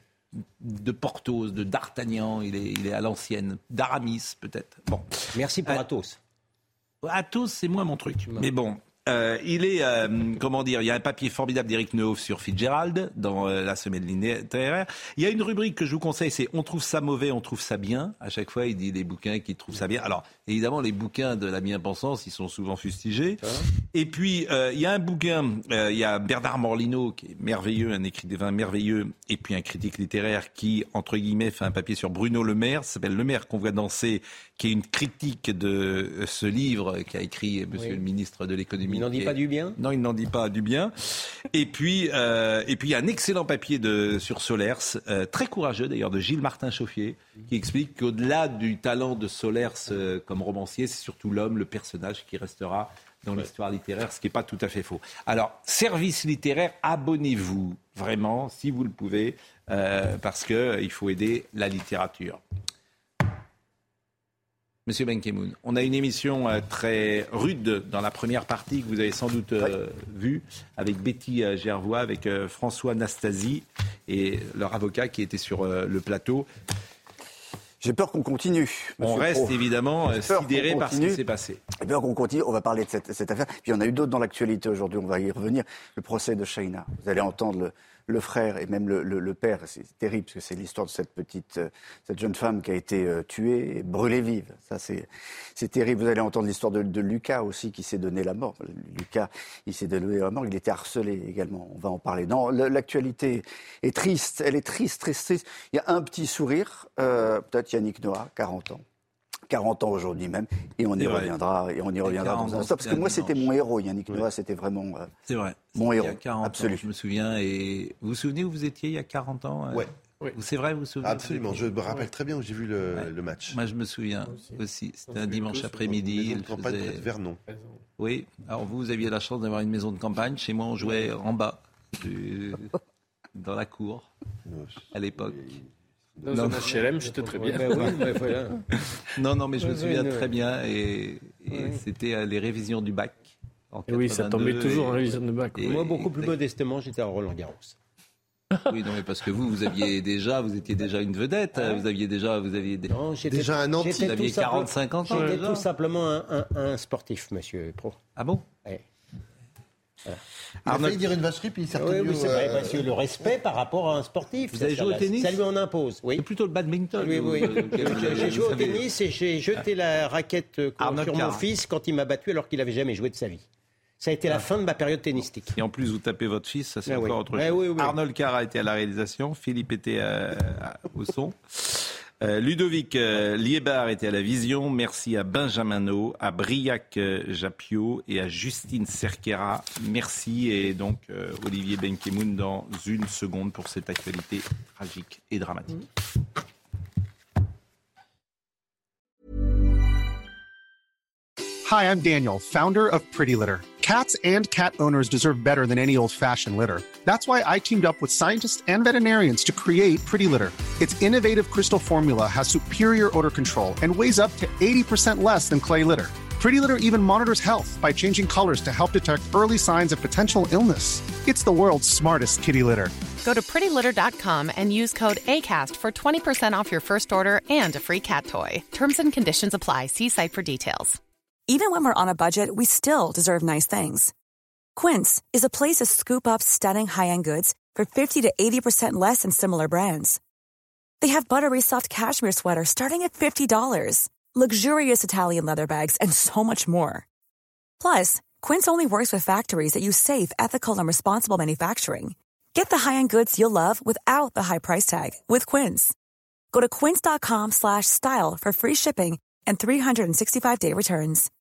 de Porthos, de D'Artagnan, il est, il est à l'ancienne, d'Aramis peut-être. Bon. Merci pour euh, Athos. Athos, c'est moins mon truc. Non. Mais bon, euh, il est, euh, comment dire, il y a un papier formidable d'Éric Neuhoff sur Fitzgerald dans euh, la semaine littéraire. Il y a une rubrique que je vous conseille, c'est On trouve ça mauvais, on trouve ça bien. À chaque fois, il dit des bouquins qui trouvent ça bien. Alors, évidemment, les bouquins de la bien-pensance, ils sont souvent fustigés. Et puis, euh, il y a un bouquin, euh, il y a Bernard Morlino, qui est merveilleux, un écrivain merveilleux, et puis un critique littéraire qui, entre guillemets, fait un papier sur Bruno Le Maire, ça s'appelle Le Maire qu'on voit danser, qui est une critique de ce livre qu'a écrit monsieur oui. le ministre de l'économie. Il n'en dit est... pas du bien? Non, il n'en dit pas du bien. Et puis, euh, et puis il y a un excellent papier de, sur Solers, euh, très courageux d'ailleurs, de Gilles Martin-Chauffier, qui explique qu'au-delà du talent de Solers euh, comme romancier, c'est surtout l'homme, le personnage qui restera dans ouais. l'histoire littéraire, ce qui n'est pas tout à fait faux. Alors, Service littéraire, abonnez-vous vraiment, si vous le pouvez, euh, parce qu'il faut aider la littérature. Monsieur Ben Ki-moon, on a une émission euh, très rude dans la première partie que vous avez sans doute euh, ouais. vue, avec Betty euh, Gervois, avec euh, François Nastasi et leur avocat qui était sur euh, le plateau. J'ai peur qu'on continue. On reste Pro. évidemment euh, sidéré par ce qui s'est passé. J'ai peur qu'on continue. On va parler de cette, cette affaire. Puis il y en a eu d'autres dans l'actualité aujourd'hui. On va y revenir. Le procès de Chahina. Vous allez entendre le, le frère et même le, le, le père. C'est terrible parce que c'est l'histoire de cette petite, euh, cette jeune femme qui a été euh, tuée et brûlée vive. Ça, c'est, c'est terrible. Vous allez entendre l'histoire de, de Lucas aussi qui s'est donné la mort. Lucas, il s'est donné la mort. Il était harcelé également. On va en parler. Non, l'actualité est triste. Elle est triste, triste, triste. Il y a un petit sourire. Euh, peut-être Yannick Noah, quarante ans. quarante ans aujourd'hui même, et on y c'est reviendra, vrai. et on y reviendra dans un instant. Parce que moi, c'était mon héros, Yannick Noah, c'était vraiment euh, c'est vrai. mon héros, il y a quarante absolu. Ans, je me souviens, et vous vous souvenez où vous étiez il y a quarante ans euh... Ouais. Oui. C'est vrai, vous vous souvenez? Absolument, je me rappelle très bien où j'ai vu le, ouais. le match. Moi, je me souviens aussi. aussi. C'était un dimanche après-midi. Une campagne faisait... près de Vernon. Oui, alors vous, vous aviez la chance d'avoir une maison de campagne. Chez moi, on jouait en bas, du... dans la cour, à l'époque. Dans non, un H L M, j'étais très bien. Ouais, oui, ouais, voilà. Non, non, mais je me souviens ouais, très ouais. bien. Et, et ouais. c'était euh, les révisions du bac. En oui, ça tombait et, toujours en révision du bac. Et, Moi, beaucoup plus modestement, j'étais à Roland-Garros. Oui, non, mais parce que vous, vous aviez déjà, vous étiez déjà une vedette. Ah. Vous aviez déjà, vous aviez des... non, déjà un anti. Vous aviez quarante, cinquante ans. J'étais déjà. tout simplement un, un, un sportif, monsieur Pro. Ah bon? Ouais. Voilà. Il a failli dire une vacherie, puis il s'est retenu. Oui, oui, c'est vrai, parce que le respect par rapport à un sportif. Vous avez joué au tennis? Ça lui en impose, oui. C'est plutôt le badminton. Oui, oui. J'ai, j'ai joué au tennis et j'ai jeté la raquette sur mon fils quand il m'a battu alors qu'il n'avait jamais joué de sa vie. Ça a été ah. la fin de ma période tennistique. Et en plus, vous tapez votre fils, ça c'est ah, encore oui. autre chose. Ah, oui, oui. Arnold Cara était à la réalisation, Philippe était euh, au son. Euh, Ludovic euh, Liébar était à la vision. Merci à Benjamin No, à Briac euh, Japio et à Justine Cerquera. Merci. Et donc euh, Olivier Ben Ki-moon dans une seconde pour cette actualité tragique et dramatique. Hi, I'm Daniel, founder of Pretty Litter. Cats and cat owners deserve better than any old-fashioned litter. That's why I teamed up with scientists and veterinarians to create Pretty Litter. Its innovative crystal formula has superior odor control and weighs up to eighty percent less than clay litter. Pretty Litter even monitors health by changing colors to help detect early signs of potential illness. It's the world's smartest kitty litter. Go to pretty litter dot com and use code ACAST for twenty percent off your first order and a free cat toy. Terms and conditions apply. See site for details. Even when we're on a budget, we still deserve nice things. Quince is a place to scoop up stunning high-end goods for fifty to eighty percent less than similar brands. They have buttery soft cashmere sweaters starting at fifty dollars, luxurious Italian leather bags, and so much more. Plus, Quince only works with factories that use safe, ethical, and responsible manufacturing. Get the high-end goods you'll love without the high price tag with Quince. Go to quince dot com slash style for free shipping and three sixty-five day returns.